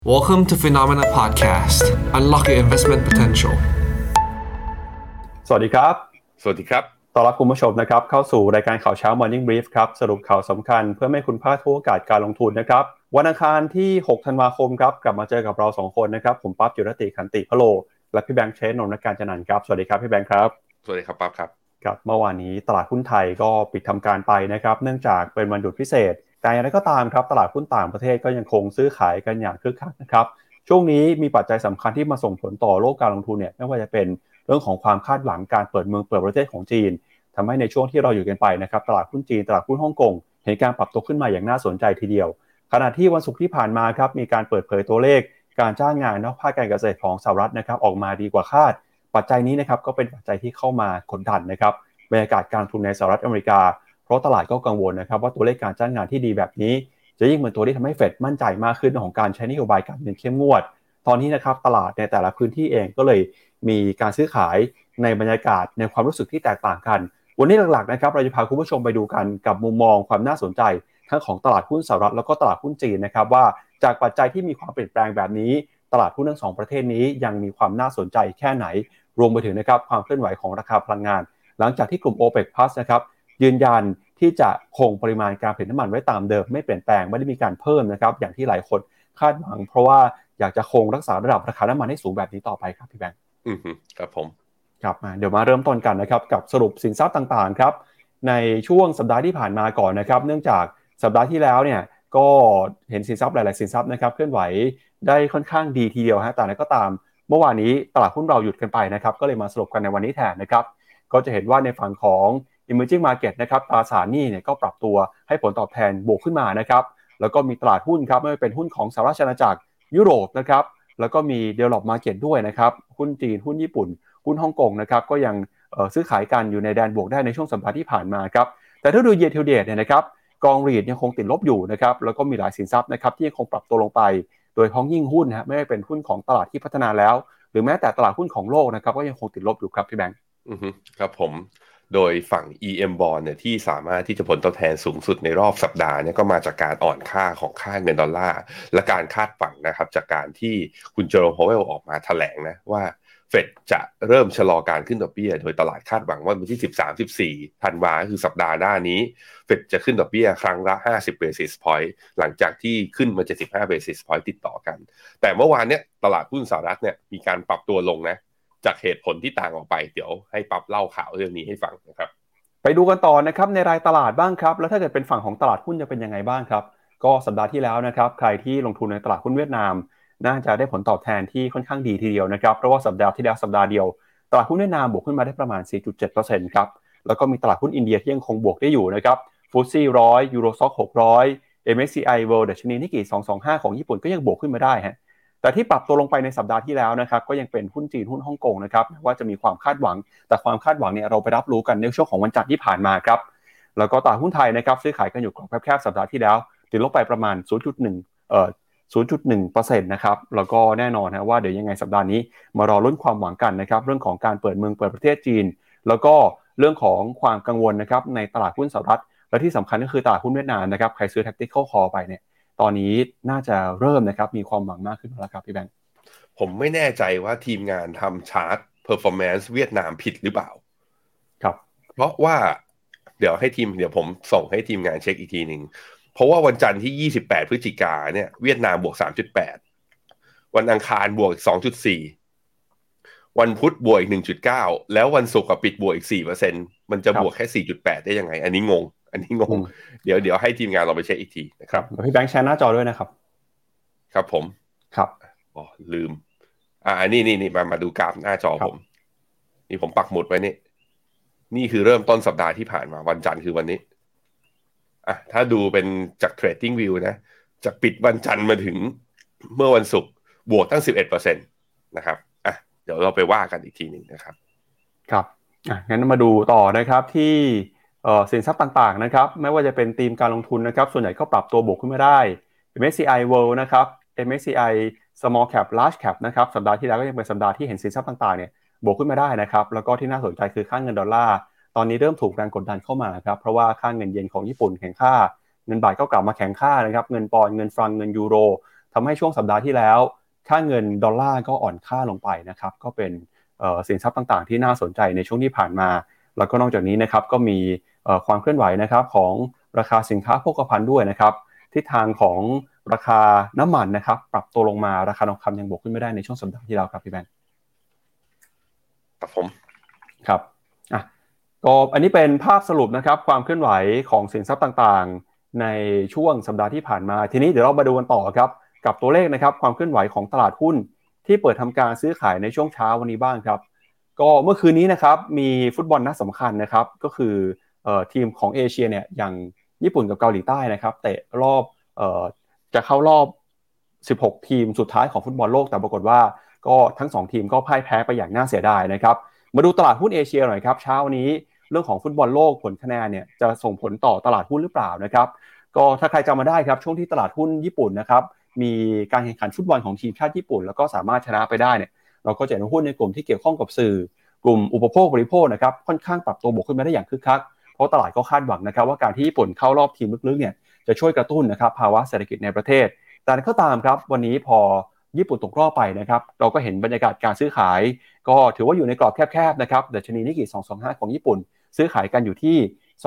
Welcome to Phenomena Podcast. Unlock your investment potential. สวัสดีครับสวัสดีครับต้อนรับคุณผู้ชมนะครับเข้าสู่รายการข่าวเช้า Morning Brief ครับสรุปข่าวสำคัญเพื่อไม่ให้คุณพลาดทุกโอกาสการลงทุนนะครับวันอังคารที่6ธันวาคมครับกลับมาเจอกับเรา2คนนะครับผมปั๊บจุรติขันติพโลและพี่แบงค์เชนนนท์การจนันท์ครับสวัสดีครับพี่แบงค์ครับสวัสดีครับปั๊บครับครับเมื่อวานนี้ตลาดหุ้นไทยก็ปิดทำการไปนะครับเนื่องจากเป็นวันหยุดพิเศษแต่อย่างไรก็ตามครับตลาดหุ้นต่างประเทศก็ยังคงซื้อขายกันอย่างคึกคักนะครับช่วงนี้มีปัจจัยสำคัญที่มาส่งผลต่อโลกการลงทุนเนี่ยไม่ว่าจะเป็นเรื่องของความคาดหวังการเปิดเมืองเปิดประเทศของจีนทำให้ในช่วงที่เราอยู่กันไปนะครับตลาดหุ้นจีนตลาดหุ้นฮ่องกงเห็นการปรับตัวขึ้นมาอย่างน่าสนใจทีเดียวขณะที่วันศุกร์ที่ผ่านมาครับมีการเปิดเผยตัวเลขการจ้างงานนอกภาคการเกษตรของสหรัฐนะครับออกมาดีกว่าคาดปัจจัยนี้นะครับก็เป็นปัจจัยที่เข้ามากดดันนะครับบรรยากาศการลงทุนในสหรัฐอเมริกาเพราะตลาดก็กังวลนะครับว่าตัวเลขการจ้างงานที่ดีแบบนี้จะยิ่งเป็นตัวที่ทำให้เฟดมั่นใจมากขึ้นของการใช้นโยบายการเงินเข้มงวดตอนนี้นะครับตลาดในแต่ละพื้นที่เองก็เลยมีการซื้อขายในบรรยากาศในความรู้สึกที่แตกต่างกันวันนี้หลักๆนะครับเราจะพาคุณผู้ชมไปดูกันกับมุมมองความน่าสนใจทั้งของตลาดหุ้นสหรัฐแล้วก็ตลาดหุ้นจีนนะครับว่าจากปัจจัยที่มีความเปลี่ยนแปลงแบบนี้ตลาดหุ้นทั้งสองประเทศนี้ยังมีความน่าสนใจแค่ไหนรวมไปถึงนะครับความเคลื่อนไหวของราคาพลังงานหลังจากที่กลุ่ม OPEC Plus นะครับยืนยันที่จะคงปริมาณการผลิตน้ำมันไว้ตามเดิมไม่เปลี่ยนแปลงไม่ได้มีการเพิ่มนะครับอย่างที่หลายคนคาดหวังเพราะว่าอยากจะคงรักษาระดับราคาน้ำมันให้สูงแบบนี้ต่อไปครับพี่แบงค์ครับผมครับเดี๋ยวมาเริ่มต้นกันนะครับกับสรุปสินทรัพย์ต่างๆครับในช่วงสัปดาห์ที่ผ่านมาก่อนนะครับเนื่องจากสัปดาห์ที่แล้วเนี่ยก็เห็นสินทรัพย์หลายๆสินทรัพย์นะครับเคลื่อนไหวได้ค่อนข้างดีทีเดียวฮะแต่นั้นก็ตามเมื่อวานนี้ตลาดหุ้นเราหยุดกันไปนะครับก็เลยมาสรุปกันในวันนี้แทนนะครับก็จะเห็นว่าในฝั่งของ Emerging Market นะครับตราสารหนี้เนี่ยก็ปรับตัวให้ผลตอบแทนบวกขึ้นมานะครับแล้วก็มีตลาดหุ้นครับไม่ว่าเป็นหุ้นของสหรัฐอาณาจักรยุโรปนะครับแล้วก็มี Developed Market ด้วยนะครับหุ้นจีนหุ้นญี่ปุ่นหุ้นฮ่องกงนะครับก็ยังซื้อขายกันอยู่ในแดนบวกได้ในช่วงสัปดาห์ที่ผ่านมาครับแต่ถ้าดู year to date เนี่ยนะครับกองรีทยังคงติดลบอยู่นะครับแล้วก็มีหลายสินทรัพย์นะครับที่ยังคงปรับตัวลงไปโดยเฉพาะยิ่งหุ้นนะไม่ว่าเป็นหุ้นของตลาดที่พัฒนาแล้วหรือแม้แต่ตลาดหุ้นของโลกนะครับก็ยังคงติดลบอยู่ครับพี่แบงค์ครับผมโดยฝั่ง EM Bond เนี่ยที่สามารถที่จะผลตอบแทนสูงสุดในรอบสัปดาห์เนี่ยก็มาจากการอ่อนค่าของค่าเงินดอลลาร์และการคาดหวังนะครับจากการที่คุณเจอโรม พาวเวลออกมาแถลงนะว่าเฟดจะเริ่มชะลอการขึ้นดอกเบี้ยโดยตลาดคาดหวังว่าวันที่13-14ธันวาคมคือสัปดาห์หน้านี้เฟดจะขึ้นดอกเบี้ยครั้งละ50 basis point หลังจากที่ขึ้นมา75 basis point ติดต่อกันแต่เมื่อวานเนี่ยตลาดหุ้นสหรัฐเนี่ยมีการปรับตัวลงนะจากเหตุผลที่ต่างออกไปเดี๋ยวให้ปั๊บเล่าข่าวเรื่องนี้ให้ฟังนะครับไปดูกันต่อนะครับในรายตลาดบ้างครับแล้วถ้าเกิดเป็นฝั่งของตลาดหุ้นจะเป็นยังไงบ้างครับก็สัปดาห์ที่แล้วนะครับใครที่ลงทุนในตลาดหุ้นเวียดนามน่าจะได้ผลตอบแทนที่ค่อนข้างดีทีเดียวนะครับเพราะว่าสัปดาห์ที่แล้วสัปดาห์เดียวตลาดหุ้นเวียดนามบวกขึ้นมาได้ประมาณ 4.7% ครับแล้วก็มีตลาดหุ้นอินเดียที่ยังคงบวกได้อยู่นะครับฟุตซี่100ยูโรซ็อก600 MSCI World ดัชนีนิกเกิ225ของญี่ปุ่นก็ยังบวกขึ้นมาได้ฮะแต่ที่ปรับตัวลงไปในสัปดาห์ที่แล้วนะครับก็ยังเป็นหุ้นจีนหุ้นฮ่องกงนะครับว่าจะมีความคาดหวังแต่ความคาดหวังเนี่ยเราไปรับรู้กันในช่วงของวันจันทร์ที่ผ่านมาครับแล้วก็ตลาดหุ้นไทยนะครับซื้อขายกันอยู่กรอบแคบๆสัปดาห์ที่แล้วติดลบไปประมาณ 0.1% นะครับแล้วก็แน่นอนนะว่าเดี๋ยวยังไงสัปดาห์นี้มารอลุ้นความหวังกันนะครับเรื่องของการเปิดเมืองเปิดประเทศจีนแล้วก็เรื่องของความกังวลนะครับในตลาดหุ้นสหรัฐและที่สำคัญก็คือตลาดหุ้นเวียดนามนะครับใครซื้อ tactical call ไปเนี่ยตอนนี้น่าจะเริ่มนะครับมีความหวังมากขึ้นแล้วครับพี่แบงค์ผมไม่แน่ใจว่าทีมงานทำชาร์ต performance เวียดนามผิดหรือเปล่าครับเพราะว่าเดี๋ยวผมส่งให้ทีมงานเช็คอีกทีหนึ่งเพราะว่าวันจันทร์ที่28พฤศจิกาเนี่ยเวียดนามบวก 3.8 วันอังคารบวก 2.4 วันพุธบวกอีก 1.9 แล้ววันศุกร์ปิดบวกอีก 4% มันจะบวกแค่ 4.8 ได้ยังไงอันนี้งงเดี๋ยวให้ทีมงานเราไปเช็คอีกทีนะครับพี่แบงค์แชร์หน้าจอด้วยนะครับครับผมครับอ๋อลืมนี่มาดูกราฟหน้าจอผมนี่ผมปักหมุดไว้นี่คือเริ่มต้นสัปดาห์ที่ผ่านมาวันจันทร์คือวันนี้ถ้าดูเป็นจาก Trading View นะจากปิดวันจันทร์มาถึงเมื่อวันศุกร์บวกตั้ง 11% นะครับเดี๋ยวเราไปว่ากันอีกทีนึงนะครับครับงั้นมาดูต่อนะครับที่สินทรัพย์ต่างๆนะครับไม่ว่าจะเป็นธีมการลงทุนนะครับส่วนใหญ่ก็ปรับตัวบวกขึ้นมาได้ MSCI World นะครับ MSCI Small Cap Large Cap นะครับสัปดาห์ที่แล้วก็ยังเป็นสัปดาห์ที่เห็นสินทรัพย์ต่างๆเนี่ยบวกขึ้นมาได้นะครับแล้วก็ที่น่าสนใจคือค่าเงินดอลลาร์ตอนนี้เริ่มถูกแรงกดดันเข้ามาครับเพราะว่าค่าเงินเยนของญี่ปุ่นแข็งค่าเงินบาทก็กลับมาแข็งค่านะครับเงินปอนด์เงินฟรังเงินยูโรทำให้ช่วงสัปดาห์ที่แล้วค่าเงินดอลลาร์ก็อ่อนค่าลงไปนะครับก็เป็นสินทรัพย์ต่างๆที่น่าสนใจในช่วงที่ผ่านมาแล้วก็นอกจากนี้นะครับก็มีความเคลื่อนไหวนะครับของราคาสินค้าโภคภัณฑ์ด้วยนะครับทิศทางของราคาน้ำมันนะครับปรับตัวลงมาราคาทองคำยังบวกขึ้นไม่ได้ในช่วงสัปดาห์ที่แล้วครับพี่แบงค์ครับผมครับอ่ะก็อันนี้เป็นภาพสรุปนะครับความเคลื่อนไหวของสินทรัพย์ต่างๆในช่วงสัปดาห์ที่ผ่านมาทีนี้เดี๋ยวเรามาดูกันต่อครับกับตัวเลขนะครับความเคลื่อนไหวของตลาดหุ้นที่เปิดทำการซื้อขายในช่วงเช้าวันนี้บ้างครับก็เมื่อคืนนี้นะครับมีฟุตบอลนัดสำคัญนะครับก็คือทีมของเอเชียเนี่ยอย่างญี่ปุ่นกับเกาหลีใต้นะครับเตะรอบจะเข้ารอบ16ทีมสุดท้ายของฟุตบอลโลกแต่ปรากฏว่าก็ทั้ง2ทีมก็พ่ายแพ้ไปอย่างน่าเสียดายนะครับมาดูตลาดหุ้นเอเชียหน่อยครับเช้านี้เรื่องของฟุตบอลโลกผลคะแนนเนี่ยจะส่งผลต่อตลาดหุ้นหรือเปล่านะครับก็ถ้าใครจำมาได้ครับช่วงที่ตลาดหุ้นญี่ปุ่นนะครับมีการแข่งขันฟุตบอลของทีมชาติญี่ปุ่นแล้วก็สามารถชนะไปได้เนี่ยเราก็จะเห็นหุ้นในกลุ่มที่เกี่ยวข้องกับสื่อกลุ่มอุปโภคบริโภคนะครับค่อนข้างปรับตัวบวกขึ้นมาได้อย่างคึกคักเพราะตลาดก็คาดหวังนะครับว่าการที่ญี่ปุ่นเข้ารอบทีมลึกๆเนี่ยจะช่วยกระตุ้นนะครับภาวะเศรษฐกิจในประเทศแต่ก็ตามครับวันนี้พอญี่ปุ่นตกรอบไปนะครับเราก็เห็นบรรยากาศการซื้อขายก็ถือว่าอยู่ในกรอบแคบๆนะครับดัชนีนิกเกิ225ของญี่ปุ่นซื้อขายกันอยู่ที่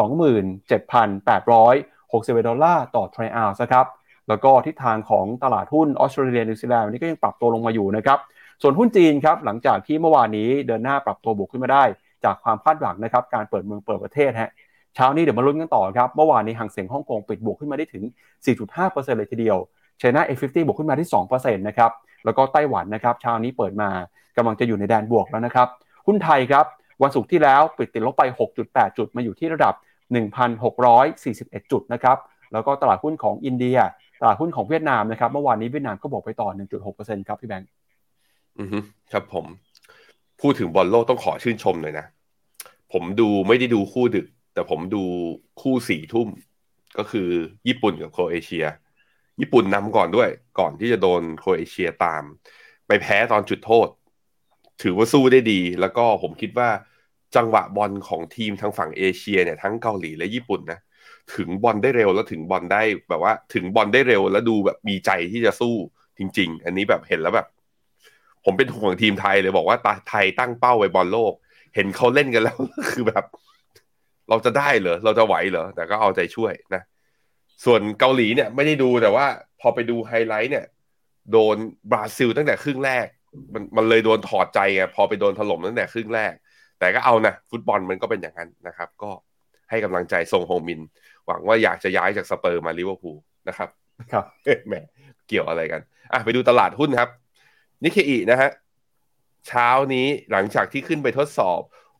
27,861 ดอลลาร์ต่อทรัลล์ออนซ์นะครับแล้วก็ทิศทางของตลาดหุ้นออสเตรเลียนิวซีแลนด์วันนี้ก็ยังปรับตัวลงมาอยู่นะครับส่วนหุ้นจีนครับหลังจากที่เมื่อวานนี้เดินหน้าปรับตัวบวกขึ้นมาได้จากความคาดหวังนะครับการเปิดเมืองเปิดประเทศฮะเช้านี้เดี๋ยวมาลุ้นกันต่อครับเมื่อวานนี้หางเส็งฮ่องกงปิดบวกขึ้นมาได้ถึง 4.5% เลยทีเดียว China A50 บวกขึ้นมาที่ 2% นะครับแล้วก็ไต้หวันนะครับเช้านี้เปิดมากำลังจะอยู่ในแดนบวกแล้วนะครับหุ้นไทยครับวันศุกร์ที่แล้วปิดติดลบไป 6.8 จุดมาอยู่ที่ระดับ 1,641 จุดนะครับแล้วก็ตลาดหุ้นของอินเดียตลาดหุ้นของเวียดนามนะครับเมื่อวานนี้เวียดนามก็บวกไปต่อ 1.6% ครับพี่แบงค์ครับผมพูดถึงบอลโลกต้องขอชื่นชมหน่อยนะผมดูไม่ได้ดูคู่ดึกแต่ผมดูคู่4 ทุ่มก็คือญี่ปุ่นกับโครเอเชียญี่ปุ่นนำก่อนด้วยก่อนที่จะโดนโครเอเชียตามไปแพ้ตอนจุดโทษถือว่าสู้ได้ดีแล้วก็ผมคิดว่าจังหวะบอลของทีมทางฝั่งเอเชียเนี่ยทั้งเกาหลีและญี่ปุ่นนะถึงบอลได้เร็วแล้วถึงบอลได้แบบว่าถึงบอลได้เร็วแล้วดูแบบมีใจที่จะสู้จริงๆอันนี้แบบเห็นแล้วแบบผมเป็นห่วงทีมไทยเลยบอกว่าไทยตั้งเป้าไว้บอลโลกเห็นเขาเล่นกันแล้ว คือแบบเราจะได้เหรอเราจะไหวเหรอแต่ก็เอาใจช่วยนะส่วนเกาหลีเนี่ยไม่ได้ดูแต่ว่าพอไปดูไฮไลท์เนี่ยโดนบราซิลตั้งแต่ครึ่งแรกมันเลยโดนถอดใจไงพอไปโดนถล่มตั้งแต่ครึ่งแรกแต่ก็เอานะฟุตบอลมันก็เป็นอย่างนั้นนะครับก็ให้กำลังใจซงโฮมินหวังว่าอยากจะย้ายจากสเปอร์มาลิเวอร์พูลนะครับครับแหมเกี่ยวอะไรกันไปดูตลาดหุ้นครับนิเคอินะฮะเช้านี้หลังจากที่ขึ้นไปทดสอบ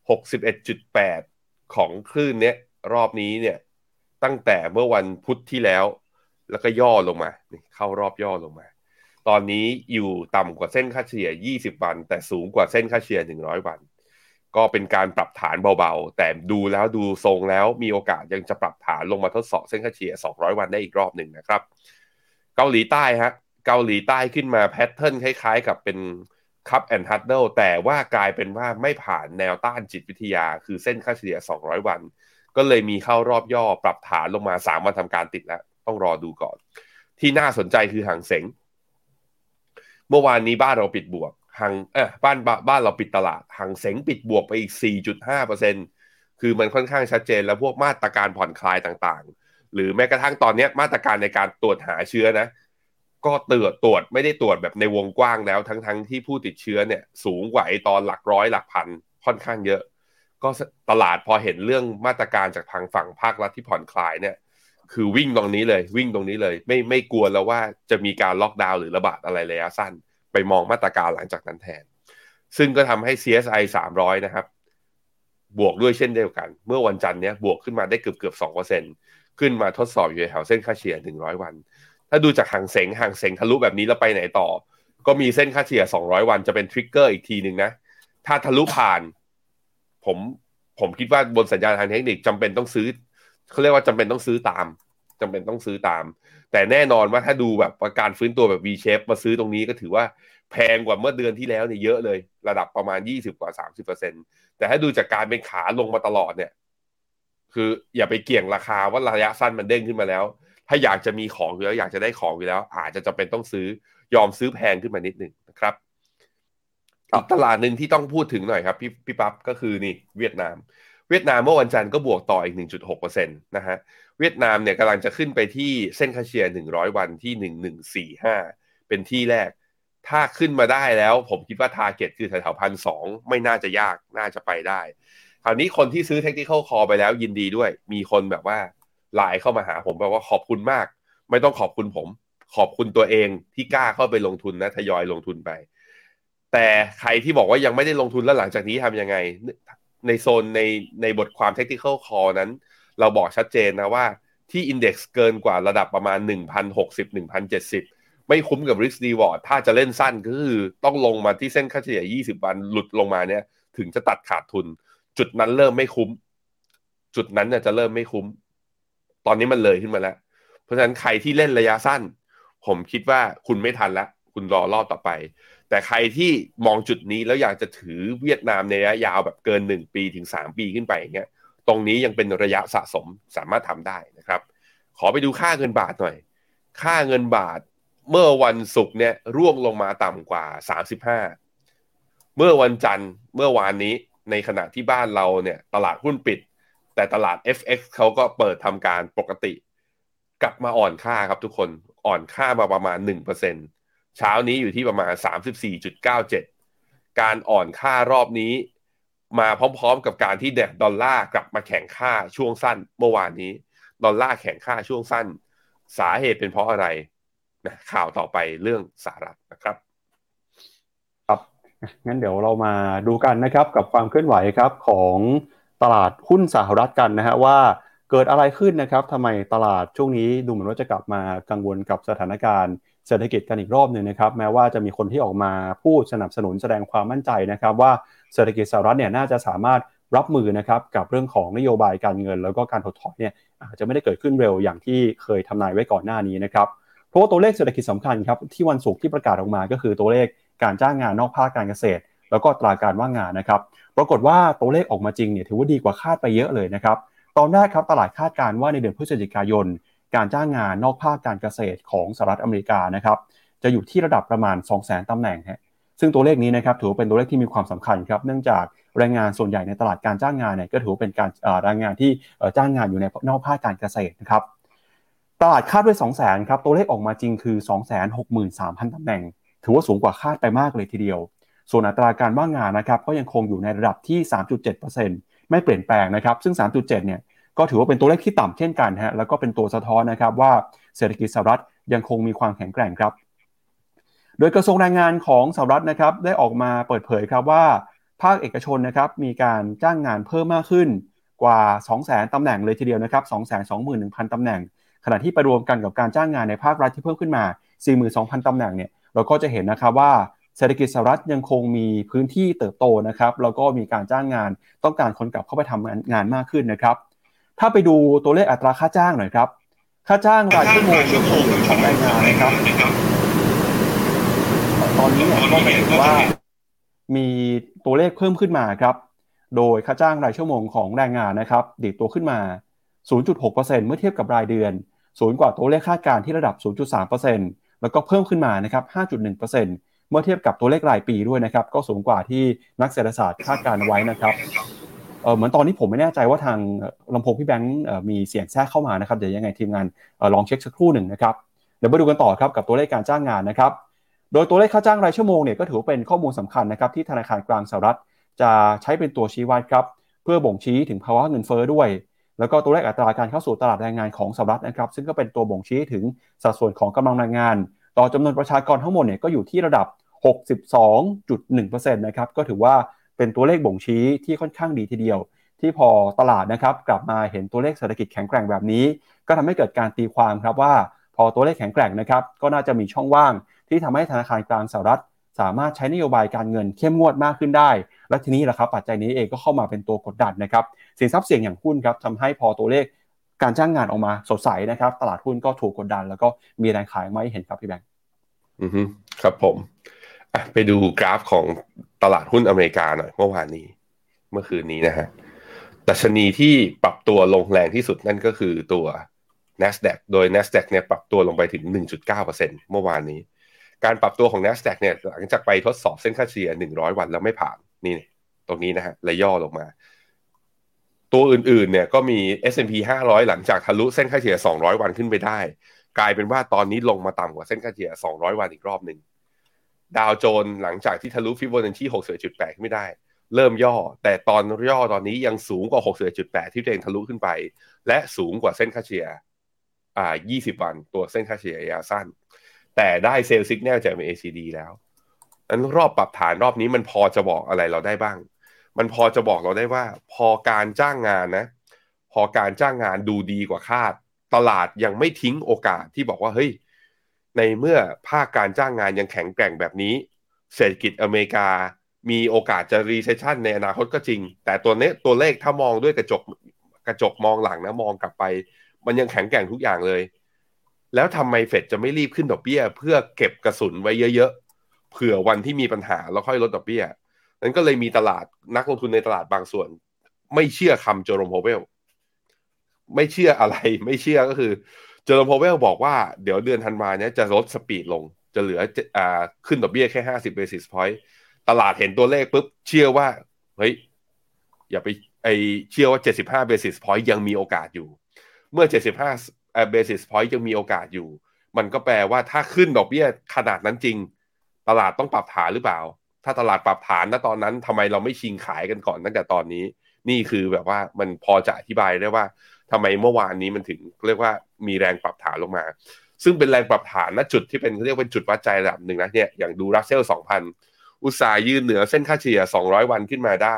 61.8 ของคลื่นเนี้ยรอบนี้เนี่ยตั้งแต่เมื่อวันพุธที่แล้วแล้วก็ย่อลงมาเข้ารอบย่อลงมาตอนนี้อยู่ต่ำกว่าเส้นค่าเฉลี่ย20 วันแต่สูงกว่าเส้นค่าเฉลี่ย100 วันก็เป็นการปรับฐานเบาๆแต่ดูแล้วดูทรงแล้วมีโอกาสยังจะปรับฐานลงมาทดสอบเส้นค่าเฉลี่ย200 วันได้อีกรอบหนึ่งนะครับเกาหลีใต้ฮะเกาหลีใต้ขึ้นมาแพทเทิร์นคล้ายๆกับเป็นคัพแอนด์ฮัดเดิลแต่ว่ากลายเป็นว่าไม่ผ่านแนวต้านจิตวิทยาคือเส้นค่าเฉลี่ย200 วันก็เลยมีเข้ารอบย่อปรับฐานลงมา3 วันทำการติดแล้วต้องรอดูก่อนที่น่าสนใจคือหางเส็งเมื่อวานนี้บ้านเราปิดบวกบ้านเราปิดตลาดหางเส็งปิดบวกไปอีก 4.5% คือมันค่อนข้างชัดเจนแล้วพวกมาตรการผ่อนคลายต่างๆหรือแม้กระทั่งตอนนี้มาตรการในการตรวจหาเชื้อนะก็ตรวจไม่ได้ตรวจแบบในวงกว้างแล้วทั้งที่ผู้ติดเชื้อเนี่ยสูงกว่าไอ้ตอนหลักร้อยหลักพันค่อนข้างเยอะก็ตลาดพอเห็นเรื่องมาตรการจากทางฝั่งภาครัฐที่ผ่อนคลายเนี่ยคือวิ่งตรงนี้เลยไม่กลัวแล้วว่าจะมีการล็อกดาวน์หรือระบาดอะไรระยะสั้นไปมองมาตรการหลังจากนั้นแทนซึ่งก็ทำให้ CSI 300นะครับบวกด้วยเช่นเดียวกันเมื่อวันจันทร์เนี้ยบวกขึ้นมาได้เกือบ 2% ขึ้นมาทดสอบอยู่แถวเส้นค่าเฉลี่ย100 วันถ้าดูจากหางเส็งทะลุแบบนี้แล้วไปไหนต่อก็มีเส้นค่าเฉลี่ย200 วันจะเป็นทริกเกอร์อีกทีนึงนะถ้าทะลุผ่านผมคิดว่าบนสัญญาณทางเทคนิคจำเป็นต้องซื้อเขาเรียกว่าจำเป็นต้องซื้อตามแต่แน่นอนว่าถ้าดูแบบการฟื้นตัวแบบ V shape มาซื้อตรงนี้ก็ถือว่าแพงกว่าเมื่อเดือนที่แล้วเนี่ยเยอะเลยระดับประมาณ20 กว่า 30% แต่ถ้าดูจากการเป็นขาลงมาตลอดเนี่ยคืออย่าไปเกี่ยงราคาว่าระยะสั้นมันเด้งขึ้นมาแล้วถ้าอยากจะมีของอยู่แล้วอยากจะได้ของอยู่แล้วอาจจะจำเป็นต้องยอมซื้อแพงขึ้นมานิดหนึ่งนะครับอีกตลาดหนึ่งที่ต้องพูดถึงหน่อยครับพี่ปั๊บก็คือนี่เวียดนามเมื่อวันจันทร์ก็บวกต่ออีก 1.6% นะฮะเวียดนามเนี่ยกำลังจะขึ้นไปที่เส้นค่าเฉลี่ย100วันที่1145เป็นที่แรกถ้าขึ้นมาได้แล้วผมคิดว่า target คือแถวๆ 1,200 ไม่น่าจะยากน่าจะไปได้คราวนี้คนที่ซื้อ technical call ไปแล้วยินดีด้วยมีคนแบบว่าไลน์เข้ามาหาผมแบบว่าขอบคุณมากไม่ต้องขอบคุณผมขอบคุณตัวเองที่กล้าเข้าไปลงทุนนะทยอยลงทุนไปแต่ใครที่บอกว่ายังไม่ได้ลงทุนแล้วหลังจากนี้ทำยังไงในโซนในบทความ technical call นั้นเราบอกชัดเจนนะว่าที่ index เกินกว่าระดับประมาณ 1,060 1,070 ไม่คุ้มกับ risk reward ถ้าจะเล่นสั้นก็คือต้องลงมาที่เส้นค่าเฉลี่ย20วันหลุดลงมาเนี่ยถึงจะตัดขาดทุนจุดนั้นเริ่มไม่คุ้มจุดนั้นเนี่ยจะเริ่มไม่คุ้มตอนนี้มันเลยขึ้นมาแล้วเพราะฉะนั้นใครที่เล่นระยะสั้นผมคิดว่าคุณไม่ทันแล้วคุณรอรอบต่อไปแต่ใครที่มองจุดนี้แล้วอยากจะถือเวียดนามในระยะยาวแบบเกิน1ปีถึง3ปีขึ้นไปอย่างเงี้ยตรงนี้ยังเป็นระยะสะสมสามารถทำได้นะครับขอไปดูค่าเงินบาทหน่อยค่าเงินบาทเมื่อวันศุกร์เนี่ยร่วงลงมาต่ำกว่า35เมื่อวันจันทร์เมื่อวานนี้ในขณะที่บ้านเราเนี่ยตลาดหุ้นปิดแต่ตลาด FX เขาก็เปิดทำการปกติกลับมาอ่อนค่าครับทุกคนอ่อนค่ามาประมาณ 1%เช้านี้อยู่ที่ประมาณ 34.97 การอ่อนค่ารอบนี้มาพร้อมๆกับการที่ดอลลาร์กลับมาแข่งค่าช่วงสั้นเมื่อวานนี้ดอลลาร์แข่งค่าช่วงสั้นสาเหตุเป็นเพราะอะไรนะข่าวต่อไปเรื่องสหรัฐนะครับครับงั้นเดี๋ยวเรามาดูกันนะครับกับความเคลื่อนไหวครับของตลาดหุ้นสหรัฐกันนะฮะว่าเกิดอะไรขึ้นนะครับทำไมตลาดช่วงนี้ดูเหมือนว่าจะกลับมากังวลกับสถานการณ์เศรษฐกิจกันอีกรอบหนึ่งนะครับแม้ว่าจะมีคนที่ออกมาพูดสนับสนุนแสดงความมั่นใจนะครับว่าเศรษฐกิจสหรัฐเนี่ยน่าจะสามารถรับมือนะครับกับเรื่องของนโยบายการเงินแล้วก็การถดถอยเนี่ยอาจจะไม่ได้เกิดขึ้นเร็วอย่างที่เคยทำนายไว้ก่อนหน้านี้นะครับเพราะว่าตัวเลขเศรษฐกิจสำคัญครับที่วันศุกร์ที่ประกาศออกมาก็คือตัวเลขการจ้างงานนอกภาคการเกษตรแล้วก็อัตราการว่างงานนะครับปรากฏว่าตัวเลขออกมาจริงเนี่ยถือว่าดีกว่าคาดไปเยอะเลยนะครับตอนแรกครับตลาดคาดการณ์ว่าในเดือนพฤศจิกายนการจ้างงานนอกภาคการเกษตรของสหรัฐอเมริกานะครับจะอยู่ที่ระดับประมาณ 200,000 ตำแหน่งฮะซึ่งตัวเลขนี้นะครับถือว่าเป็นตัวเลขที่มีความสำคัญครับเนื่องจากแรงงานส่วนใหญ่ในตลาดการจ้างงานเนี่ยก็ถือว่าเป็นการแรงงานที่จ้างงานอยู่ในนอกภาคการเกษตรนะครับตลาดคาดไว้ 200,000 ครับตัวเลขออกมาจริงคือ 263,000 ตำแหน่งถือว่าสูงกว่าคาดไปมากเลยทีเดียวส่วนอัตราการว่างงานนะครับก็ยังคงอยู่ในระดับที่ 3.7% ไม่เปลี่ยนแปลงนะครับซึ่ง 3.7 เนี่ยก็ถือว่าเป็นตัวเลขที่ต่ำเช่นกันฮะแล้วก็เป็นตัวสะท้อนนะครับว่าเศรษฐกิจสหรัฐยังคงมีความแข็งแกร่งครับโดยกระทรวงแรงงานของสหรัฐนะครับได้ออกมาเปิดเผยครับว่าภาคเอกชนนะครับมีการจ้างงานเพิ่มมากขึ้นกว่า 200,000 ตำแหน่งเลยทีเดียวนะครับ 221,000 ตำแหน่งขณะที่ไปรวมกันกับการจ้างงานในภาครัฐที่เพิ่มขึ้นมา 42,000 ตำแหน่งเนี่ยเราก็จะเห็นนะครับว่าเศรษฐกิจสหรัฐยังคงมีพื้นที่เติบโตนะครับแล้วก็มีการจ้างงานต้องการคนกลับเข้าไปทำงานมากขึ้นนะครับถ้าไปดูตัวเลขอัตราค่าจ้างหน่อยครับค่าจ้างรายชั่วโมงของแรงงานนะครับตอนนี้เนี่ยก็หมายถึงว่ามีตัวเลขเพิ่มขึ้นมาครับโดยค่าจ้างรายชั่วโมงของแรงงานนะครับดีดตัวขึ้นมา 0.6% เมื่อเทียบกับรายเดือนสูงกว่าตัวเลขคาดการณ์ที่ระดับ 0.3% แล้วก็เพิ่มขึ้นมานะครับ 5.1%เมื่อเทียบกับตัวเลขรายปีด้วยนะครับก็สูงกว่าที่นักเศรษฐศาสตร์คาดการณ์ไว้นะครับเหมือนตอนนี้ผมไม่แน่ใจว่าทางลำโพงพี่แบงค์มีเสียงแทรกเข้ามานะครับเดี๋ยวยังไงทีมงานลองเช็คสักครู่หนึ่งนะครับเดี๋ยวมาดูกันต่อครับกับตัวเลขการจ้างงานนะครับโดยตัวเลขค่าจ้างรายชั่วโมงเนี่ยก็ถือเป็นข้อมูลสำคัญนะครับที่ธนาคารกลางสหรัฐจะใช้เป็นตัวชี้วัดครับเพื่อบ่งชี้ถึงภาวะเงินเฟ้อด้วยแล้วก็ตัวเลขอัตราการเข้าสู่ตลาดแรงงานของสหรัฐนะครับซึ่งก็เป็นตัวบ่งชี้ถึงสัดส่วนของกำลังแรงงานต่อจำนวนประชากรทั้งหมดเนี่ยก็อยู่ที่ระดับ 62.1% นะครับก็ถือว่าเป็นตัวเลขบ่งชี้ที่ค่อนข้างดีทีเดียวที่พอตลาดนะครับกลับมาเห็นตัวเลขเศรษฐกิจแข็งแกร่งแบบนี้ก็ทำให้เกิดการตีความครับว่าพอตัวเลขแข็งแกร่งนะครับก็น่าจะมีช่องว่างที่ทำให้ธนาคารกลางสหรัฐสามารถใช้นโยบายการเงินเข้มงวดมากขึ้นได้และทีนี้แหละครับปัจจัยนี้เองก็เข้ามาเป็นตัวกดดันนะครับสินทรัพย์เสี่ยงอย่างหุ้นครับทำให้พอตัวเลขการจ้างงานออกมาสดใสนะครับตลาดหุ้นก็ถูกกดดันแล้วก็มีแรงขายมาให้เห็นครับพี่แบงค์ครับผมไปดูกราฟของตลาดหุ้นอเมริกาหน่อยเมื่อวานนี้เมื่อคืนนี้นะฮะดัชนีที่ปรับตัวลงแรงที่สุดนั่นก็คือตัว NASDAQ โดย NASDAQ เนี่ยปรับตัวลงไปถึง 1.9% เมื่อวานนี้การปรับตัวของ NASDAQ เนี่ยหลังจากไปทดสอบเส้นค่าเฉลี่ย100วันแล้วไม่ผ่านนี่ตรงนี้นะฮะเลยย่อลงมาตัวอื่นๆเนี่ยก็มี S&P 500หลังจากทะลุเส้นค่าเฉลี่ย200วันขึ้นไปได้กลายเป็นว่าตอนนี้ลงมาต่ำกว่าเส้นค่าเฉลี่ย200วันอีกรอบนึงดาวโจนส์หลังจากที่ทะลุฟิโบนัชชี 61.8 ขึ้นไม่ได้เริ่มย่อแต่ตอนย่อตอนนี้ยังสูงกว่า 61.8 ที่ตัวเองทะลุขึ้นไปและสูงกว่าเส้นค่าเฉลี่ย20 วันตัวเส้นค่าเฉลี่ยระยะสั้นแต่ได้เซลล์ซิกแนลจาก MACD แล้วนั้นรอบปรับฐานรอบนี้มันพอจะบอกอะไรเราได้บ้างมันพอจะบอกเราได้ว่าพอการจ้างงานนะพอการจ้างงานดูดีกว่าคาดตลาดยังไม่ทิ้งโอกาสที่บอกว่าเฮ้ยในเมื่อภาคการจ้างงานยังแข็งแกร่งแบบนี้เศรษฐกิจอเมริกามีโอกาสจะ recession ในอนาคตก็จริงแต่ตัวเลขถ้ามองด้วยกระจกมองหลังนะมองกลับไปมันยังแข็งแกร่งทุกอย่างเลยแล้วทำไมเฟดจะไม่รีบขึ้นดอกเบี้ยเพื่อเก็บกระสุนไว้เยอะๆเผื่อวันที่มีปัญหาแล้วค่อยลดดอกเบี้ยนั้นก็เลยมีตลาดนักลงทุนในตลาดบางส่วนไม่เชื่อคำเจอโรม พาวเวลไม่เชื่ออะไรไม่เชื่อก็คือเจอโรม พาวเวลบอกว่าเดี๋ยวเดือนธันวาเนี้ยจะลดสปีดลงจะเหลือขึ้นดอกเบี้ยแค่50 basis point ตลาดเห็นตัวเลขปุ๊บเชื่อว่าเฮ้ยอย่าไปเชื่อว่า75 basis point ยังมีโอกาสอยู่เมื่อ75basis point ยังมีโอกาสอยู่มันก็แปลว่าถ้าขึ้นดอกเบี้ยขนาดนั้นจริงตลาดต้องปรับฐานหรือเปล่าถ้าตลาดปรับฐานณตอนนั้นทำไมเราไม่ชิงขายกันก่อนตั้งแต่ตอนนี้นี่คือแบบว่ามันพอจะอธิบายได้ว่าทำไมเมื่อวานนี้มันถึงเรียกว่ามีแรงปรับฐานลงมาซึ่งเป็นแรงปรับฐานณจุดที่เป็นเรียกเป็นจุดวัดใจระดับหนึ่งนะเนี่ยอย่างดูรัสเซล 2,000 อุตสาห์ยืนเหนือเส้นค่าเฉลี่ย200วันขึ้นมาได้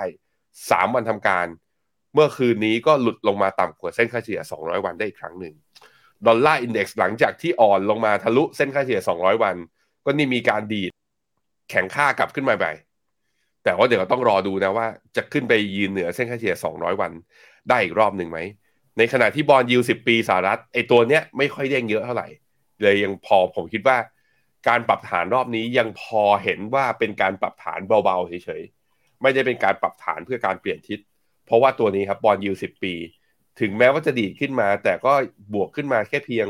3วันทำการเมื่อคืนนี้ก็หลุดลงมาต่ำกว่าเส้นค่าเฉลี่ย200วันได้อีกครั้งหนึ่งดอลลาร์อินเด็กซ์หลังจากที่อ่อนลงมาทะลุเส้นค่าเฉลี่ย200วันก็นี่มีการดีดแข็งค่ากลับขึ้นมาใหม่แต่ว่าเดี๋ยวต้องรอดูนะว่าจะขึ้นไปยืนเหนือเส้นค่าเฉลี่ย200วันได้อีกรอบหนึ่งไหมในขณะที่บอนด์ยิลด์10 ปีสหรัฐไอ้ตัวเนี้ยไม่ค่อยเด้งเยอะเท่าไหร่เลยยังพอผมคิดว่าการปรับฐานรอบนี้ยังพอเห็นว่าเป็นการปรับฐานเบาๆเฉยๆไม่ได้เป็นการปรับฐานเพื่อการเปลี่ยนทิศเพราะว่าตัวนี้ครับบอนด์ยิลด์10 ปีถึงแม้ว่าจะดีขึ้นมาแต่ก็บวกขึ้นมาแค่เพียง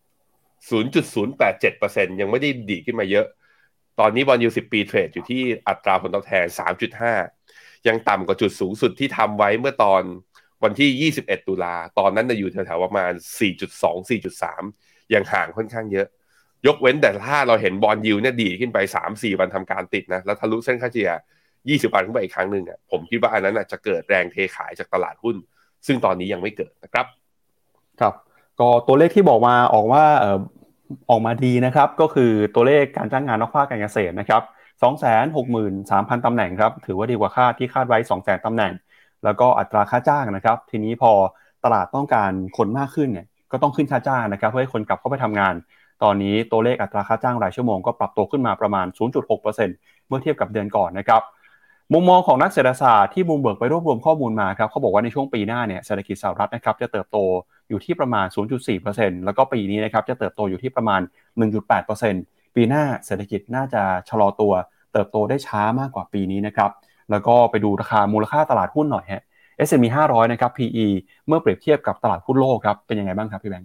0.087% ยังไม่ได้ดีขึ้นมาเยอะตอนนี้บอนด์ยิลด์10 ปีเทรดอยู่ที่อัตราผลตอบแทน 3.5 ยังต่ำกว่าจุดสูงสุดที่ทำไว้เมื่อตอนวันที่21ตุลาตอนนั้นอยู่แถวๆประมาณ 4.2 4.3 ยังห่างค่อนข้างเยอะยกเว้นแต่ถ้าเราเห็นบอนด์ยิลด์เนี่ยดีขึ้นไป 3-4 วันทำการติดนะแล้วทะลุเส้นค่าเฉลี่ย20 วันขึ้นไปอีกครั้งหนึ่งผมคิดว่าอันนั้นจะเกิดแรงเทขายจากตลาดหุ้นซึ่งตอนนี้ยังไม่เกิดนะครับครับก็ตัวเลขที่บอกมาออกมาดีนะครับก็คือตัวเลขการจ้างงานนอกภาคการเกษตรนะครับ 263,000 ตำแหน่งครับถือว่าดีกว่าคาดที่คาดไว้ 200,000 ตำแหน่งแล้วก็อัตราค่าจ้างนะครับทีนี้พอตลาดต้องการคนมากขึ้นเนี่ยก็ต้องขึ้นค่าจ้างนะครับเพื่อให้คนกลับเข้าไปทำงานตอนนี้ตัวเลขอัตราค่าจ้างรายชั่วโมงก็ปรับตัวขึ้นมาประมาณ 0.6% เมื่อเทียบกับเดือนก่อนนะครับมุมมองของนักเศรษฐศาสตร์ที่Bloombergไปรวบรวมข้อมูลมาครับเขาบอกว่าในช่วงปีหน้าเนี่ยเศรษฐกิจสหรัฐนะครับจะเติบโตอยู่ที่ประมาณ 0.4% แล้วก็ปีนี้นะครับจะเติบโตอยู่ที่ประมาณ 1.8% ปีหน้าเศรษฐกิจน่าจะชะลอตัวเติบโตได้ช้ามากกว่าปีนี้นะครับแล้วก็ไปดูราคามูลค่าตลาดหุ้นหน่อยฮะ S&P 500นะครับ PE เมื่อเปรียบเทียบกับตลาดหุ้นโลกครับเป็นยังไงบ้างครับพี่แบงค์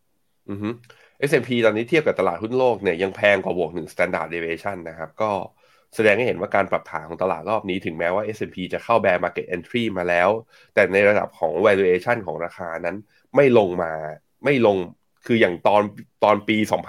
S&P ตอนนี้เทียบกับตลาดหุ้นโลกเนี่ยยังแพงกว่าบวก1 Standard Deviation นะครับก็แสดงให้เห็นว่าการปรับฐานของตลาดรอบนี้ถึงแม้ว่า S&P จะเข้า Bear Market Entry มาแล้วแต่ในระดับของ valuation ของราคานั้นไม่ลงคืออย่างตอนปี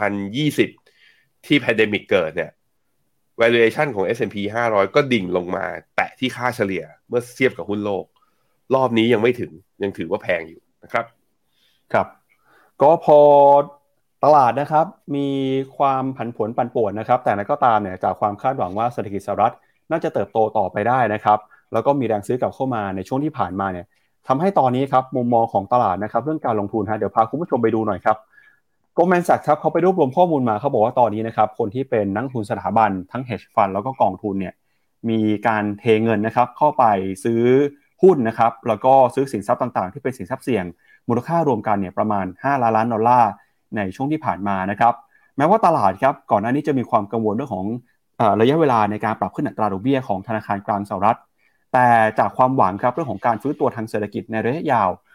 2020 ที่ pandemic เกิดเนี่ย valuation ของ S&P 500 ก็ดิ่งลงมาแตะที่ค่าเฉลี่ยเมื่อเทียบกับหุ้นโลกรอบนี้ยังไม่ถึงยังถือว่าแพงอยู่นะครับครับก็พอตลาดนะครับมีความผันผวนปั่นป่วนนะครับแต่นั้นก็ตามเนี่ยจากความคาดหวังว่าเศรษฐกิจสหรัฐน่าจะเติบโตต่อไปได้นะครับแล้วก็มีแรงซื้อกลับเข้ามาในช่วงที่ผ่านมาเนี่ยทำให้ตอนนี้ครับมุมมองของตลาดนะครับเรื่องการลงทุนเดี๋ยวพาคุณผู้ชมไปดูหน่อยครับGoldman Sachs ครับเขาไปรวบรวมข้อมูลมาเขาบอกว่าตอนนี้นะครับคนที่เป็นนักทุนสถาบันทั้ง hedge fund แล้วก็กองทุนเนี่ยมีการเทเงินนะครับเข้าไปซื้อหุ้นนะครับแล้วก็ซื้อสินทรัพย์ต่างๆที่เป็นสินทรัพย์เสี่ยงมูลค่ารวมกันเนี่ยประมาณ5 ล้านดอลลาร์ในช่วงที่ผ่านมานะครับแม้ว่าตลาดครับก่อนหน้านี้จะมีความกังวลเรื่องของระยะเวลาในการปรับขึ้นอัตราดอกเบี้ยของธนาคารกลางสหรัฐแต่จากความหวังครับเรื่องของการฟื้นตัวทางเศรษฐกิจในระยะยาว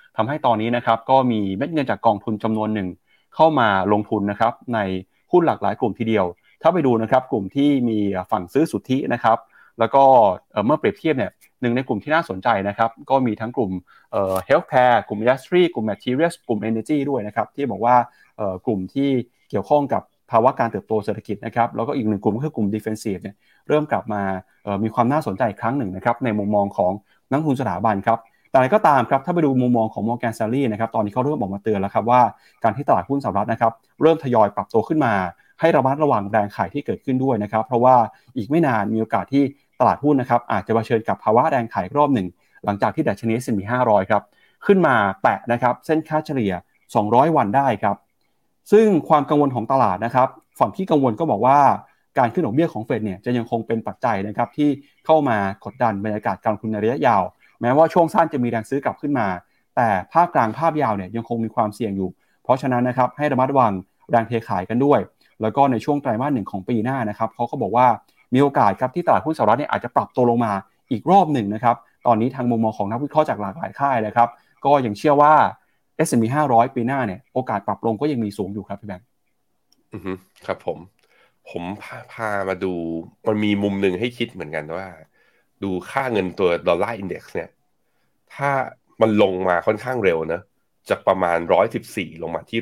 ทำให้ตอนนี้นะครับก็มีเม็ดเงินจากกองทุนจำนวนหนึ่งเข้ามาลงทุนนะครับในหุ้นหลากหลายกลุ่มทีเดียวถ้าไปดูนะครับกลุ่มที่มีฝั่งซื้อสุทธินะครับแล้วก็เมื่อเปรียบเทียบเนี่ยหนึ่งในกลุ่มที่น่าสนใจนะครับก็มีทั้งกลุ่มhealthcare กลุ่ม industry กลุ่ม materials กลุ่ม energy ด้วยนะครับที่บอกว่ากลุ่มที่เกี่ยวข้องกับภาวะการเติบโตเศรษฐกิจนะครับแล้วก็อีกหนึ่งกลุ่มก็คือกลุ่ม defensive เนี่ยเริ่มกลับมามีความน่าสนใจอีกครั้งหนึ่งนะครับในมุมมองของนักลงทุนสถาบันครับแต่อะไรก็ตามครับถ้าไปดูมุมมองของ Morgan Stanley นะครับตอนนี้เขาเริ่มออกมาเตือนแล้วครับว่าการที่ตลาดหุ้นสหรัฐนะครับเริ่มทยอยปรับตัวขึ้นมาให้ระมัดระวังแรงขายที่เกิดขึ้นด้วยนะครับเพราะว่าอีกไม่นานมีโอกาสที่ตลาดหุ้นนะครับอาจจะเผชิญกับภาวะแรงขายรอบหนึ่งหลังจากที่ดัชนี S&P 500ครับขึ้นมาแตะนะครับเส้นค่าเฉลี่ย200วันได้ครับซึ่งความกังวลของตลาดนะครับฝั่งที่กังวลก็บอกว่าการขึ้นดอกเบี้ยของเฟดเนี่ยจะยังคงเป็นปัจจัยนะครับที่เข้ามากดดันบรรยากาศการลงทุนในระยะยาวแม้ว่าช่วงสั้นจะมีแรงซื้อกลับขึ้นมาแต่ภาคกลางภาพยาวเนี่ยยังคงมีความเสี่ยงอยู่เพราะฉะนั้นนะครับให้ระมัดระวังแรงเทขายกันด้วยแล้วก็ในช่วงไตรมาส1ของปีหน้านะครับเขาก็บอกว่ามีโอกาสครับที่ตลาดหุ้นสหรัฐเนี่ยอาจจะปรับตัวลงมาอีกรอบหนึ่งนะครับตอนนี้ทางมุมมองของนักวิเคราะห์จากหลากหลายค่ายนะครับก็ยังเชื่อว่า S&P 500ปีหน้าเนี่ยโอกาสปรับลงก็ยังมีสูงอยู่ครับพี่แบงค์ครับผมพามาดูมันมีมุมหนึ่งให้คิดเหมือนกันว่าดูค่าเงินตัวดอลลาร์อินเด็กซ์เนี่ยถ้ามันลงมาค่อนข้างเร็วนะจากประมาณ114ลงมาที่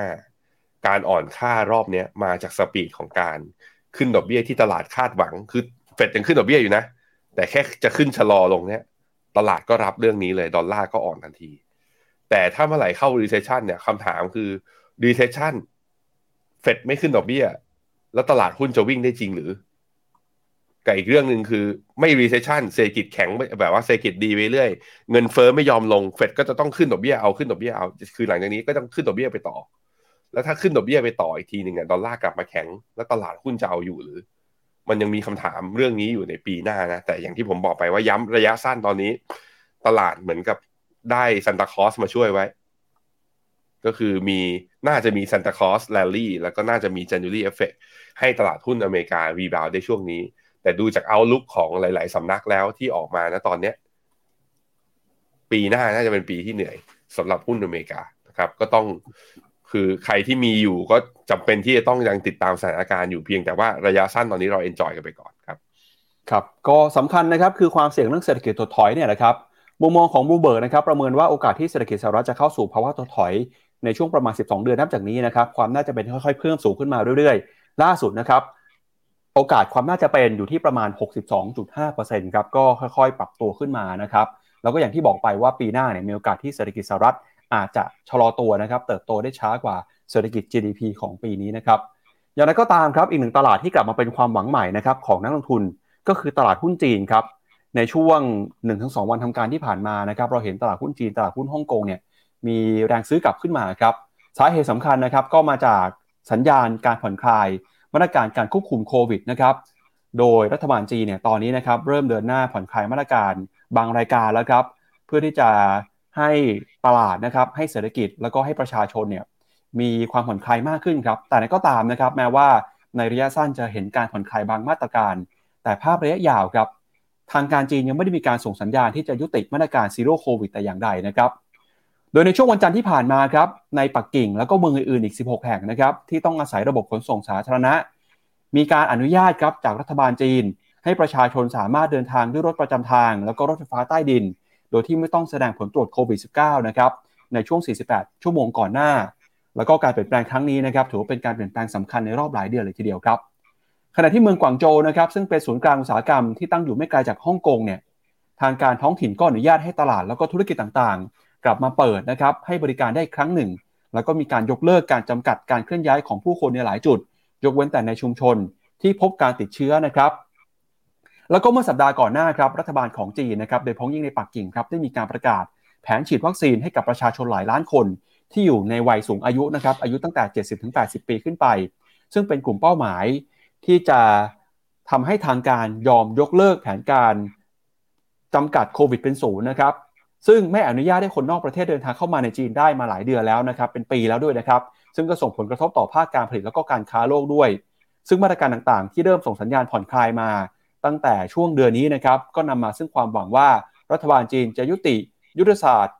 105การอ่อนค่ารอบนี้มาจากสปีดของการขึ้นดอกเบี้ยที่ตลาดคาดหวังคือเฟดยังขึ้นดอกเบี้ยอยู่นะแต่แค่จะขึ้นชะลอลงเนี่ยตลาดก็รับเรื่องนี้เลยดอลลาร์ก็อ่อนทันทีแต่ถ้าเมื่อไหร่เข้า recession เนี่ยคำถามคือ recession เฟดไม่ขึ้นดอกเบี้ยแล้วตลาดหุ้นจะวิ่งได้จริงหรือกับอีกเรื่องหนึ่งคือไม่ recession เศรษฐกิจแข็งแบบว่าเศรษฐกิจดีไปเรื่อยเงินเฟ้อไม่ยอมลงเฟดก็จะต้องขึ้นดอกเบี้ยเอาขึ้นดอกเบี้ยเอาคือหลังจากนี้ก็ต้องขึ้นดอกเบี้ยไปต่อแล้วถ้าขึ้นดอกเบี้ยไปต่ออีกทีนึงดอลลาร์กลับมาแข็งแล้วตลาดหุ้นจะเอาอยู่หรือมันยังมีคำถามเรื่องนี้อยู่ในปีหน้านะแต่อย่างที่ผมบอกไปว่าย้ำระยะสั้นตอนนี้ตลาดเหมือนกับได้ซันตาคลอสมาช่วยไว้ก็คือน่าจะมีซันตาคลอสแรลลี่แล้วก็น่าจะมี January Effect ให้ตลาดหุ้นอเมริการีบาวด์ได้ช่วงนี้แต่ดูจากเอาท์ลุคของหลายๆสำนักแล้วที่ออกมานะตอนนี้ปีหน้าน่าจะเป็นปีที่เหนื่อยสำหรับหุ้นอเมริกานะครับก็ต้องคือใครที่มีอยู่ก็จำเป็นที่จะต้องยังติดตามสถานการณ์อยู่เพียงแต่ว่าระยะสั้นตอนนี้เราเอนจอยกันไปก่อนครับครับก็สำคัญนะครับคือความเสี่ยงเรื่องเศรษฐกิจถดถอยเนี่ยนะครับมุมมองของบลูเบิร์กนะครับประเมินว่าโอกาสที่เศรษฐกิจสหรัฐจะเข้าสู่ภาวะถดถอยในช่วงประมาณ12เดือนนับจากนี้นะครับความน่าจะเป็นค่อยๆเพิ่มสูงขึ้นมาเรื่อยๆล่าสุดนะครับโอกาสความน่าจะเป็นอยู่ที่ประมาณ 62.5% ครับก็ค่อยๆปรับตัวขึ้นมานะครับแล้วก็อย่างที่บอกไปว่าปีหน้าเนี่ยมีโอกาสที่เศรษฐกิจสหรัฐอาจจะชะลอตัวนะครับเติบโตได้ช้ากว่าเศรษฐกิจ GDP ของปีนี้นะครับอย่างไรก็ตามครับอีกหนึ่งตลาดที่กลับมาเป็นความหวังใหม่นะครับของนักลงทุนก็คือตลาดหุ้นจีนครับในช่วง 1-2 วันทำการที่ผ่านมานะครับเราเห็นตลาดหุ้นจีนตลาดหุ้นฮ่องกงเนี่ยมีแรงซื้อกลับขึ้นมาครับสาเหตุสำคัญนะครับก็มาจากสัญญาณการผ่อนคลายมาตรการการควบคุมโควิดนะครับโดยรัฐบาลจีนเนี่ยตอนนี้นะครับเริ่มเดินหน้าผ่อนคลายมาตรการบางรายการแล้วครับเพื่อที่จะให้ตลาดนะครับให้เศรษฐกิจแล้วก็ให้ประชาชนเนี่ยมีความผ่อนคลายมากขึ้นครับแต่ก็ตามนะครับแม้ว่าในระยะสั้นจะเห็นการผ่อนคลายบางมาตรการแต่ภาพระยะยาวครับทางการจีนยังไม่ได้มีการส่งสัญญาณที่จะยุติมาตรการซีโร่โควิดแต่อย่างใดนะครับโดยในช่วงวันจันทร์ที่ผ่านมาครับในปักกิ่งแล้วก็เมืองอื่นๆอีก16แห่งนะครับที่ต้องอาศัยระบบขนส่งสาธารณะมีการอนุญาตครับจากรัฐบาลจีนให้ประชาชนสามารถเดินทางด้วยรถประจำทางแล้วก็รถไฟฟ้าใต้ดินโดยที่ไม่ต้องแสดงผลตรวจโควิด -19 นะครับในช่วง48ชั่วโมงก่อนหน้าแล้วก็การเปลี่ยนแปลงครั้งนี้นะครับถือว่าเป็นการเปลี่ยนแปลงสำคัญในรอบหลายเดือนเลยทีเดียวครับขณะที่เมืองกวางโจวนะครับซึ่งเป็นศูนย์กลางอุตสาหกรรมที่ตั้งอยู่ไม่ไกลจากฮ่องกงเนี่ยทางการท้องถิ่นก็อนุญาตให้ตลาดแล้วก็ธุรกิจต่างๆกลับมาเปิดนะครับให้บริการได้ครั้งหนึ่งแล้วก็มีการยกเลิกการจำกัดการเคลื่อนย้ายของผู้คนในหลายจุดยกเว้นแต่ในชุมชนที่พบการติดเชื้อนะครับแล้วก็เมื่อสัปดาห์ก่อนหน้าครับรัฐบาลของจีนนะครับโดยเฉพาะยิ่งในปักกิ่งครับได้มีการประกาศแผนฉีดวัคซีนให้กับประชาชนหลายล้านคนที่อยู่ในวัยสูงอายุนะครับอายุตั้งแต่ 70-80 ปีขึ้นไปซึ่งเป็นกลุ่มเป้าหมายที่จะทำให้ทางการยอมยกเลิกแผนการจำกัดโควิดเป็นศูนย์นะครับซึ่งไม่อนุญาตให้คนนอกประเทศเดินทางเข้ามาในจีนได้มาหลายเดือนแล้วนะครับเป็นปีแล้วด้วยนะครับซึ่งก็ส่งผลกระทบต่อภาคการผลิตแล้วก็การค้าโลกด้วยซึ่งมาตรการต่างๆที่เริ่มส่งสัญญาณผ่อนคลายมาตั้งแต่ช่วงเดือนนี้นะครับก็นำมาซึ่งความหวังว่ารัฐบาลจีนจะยุติยุทธศาสตร์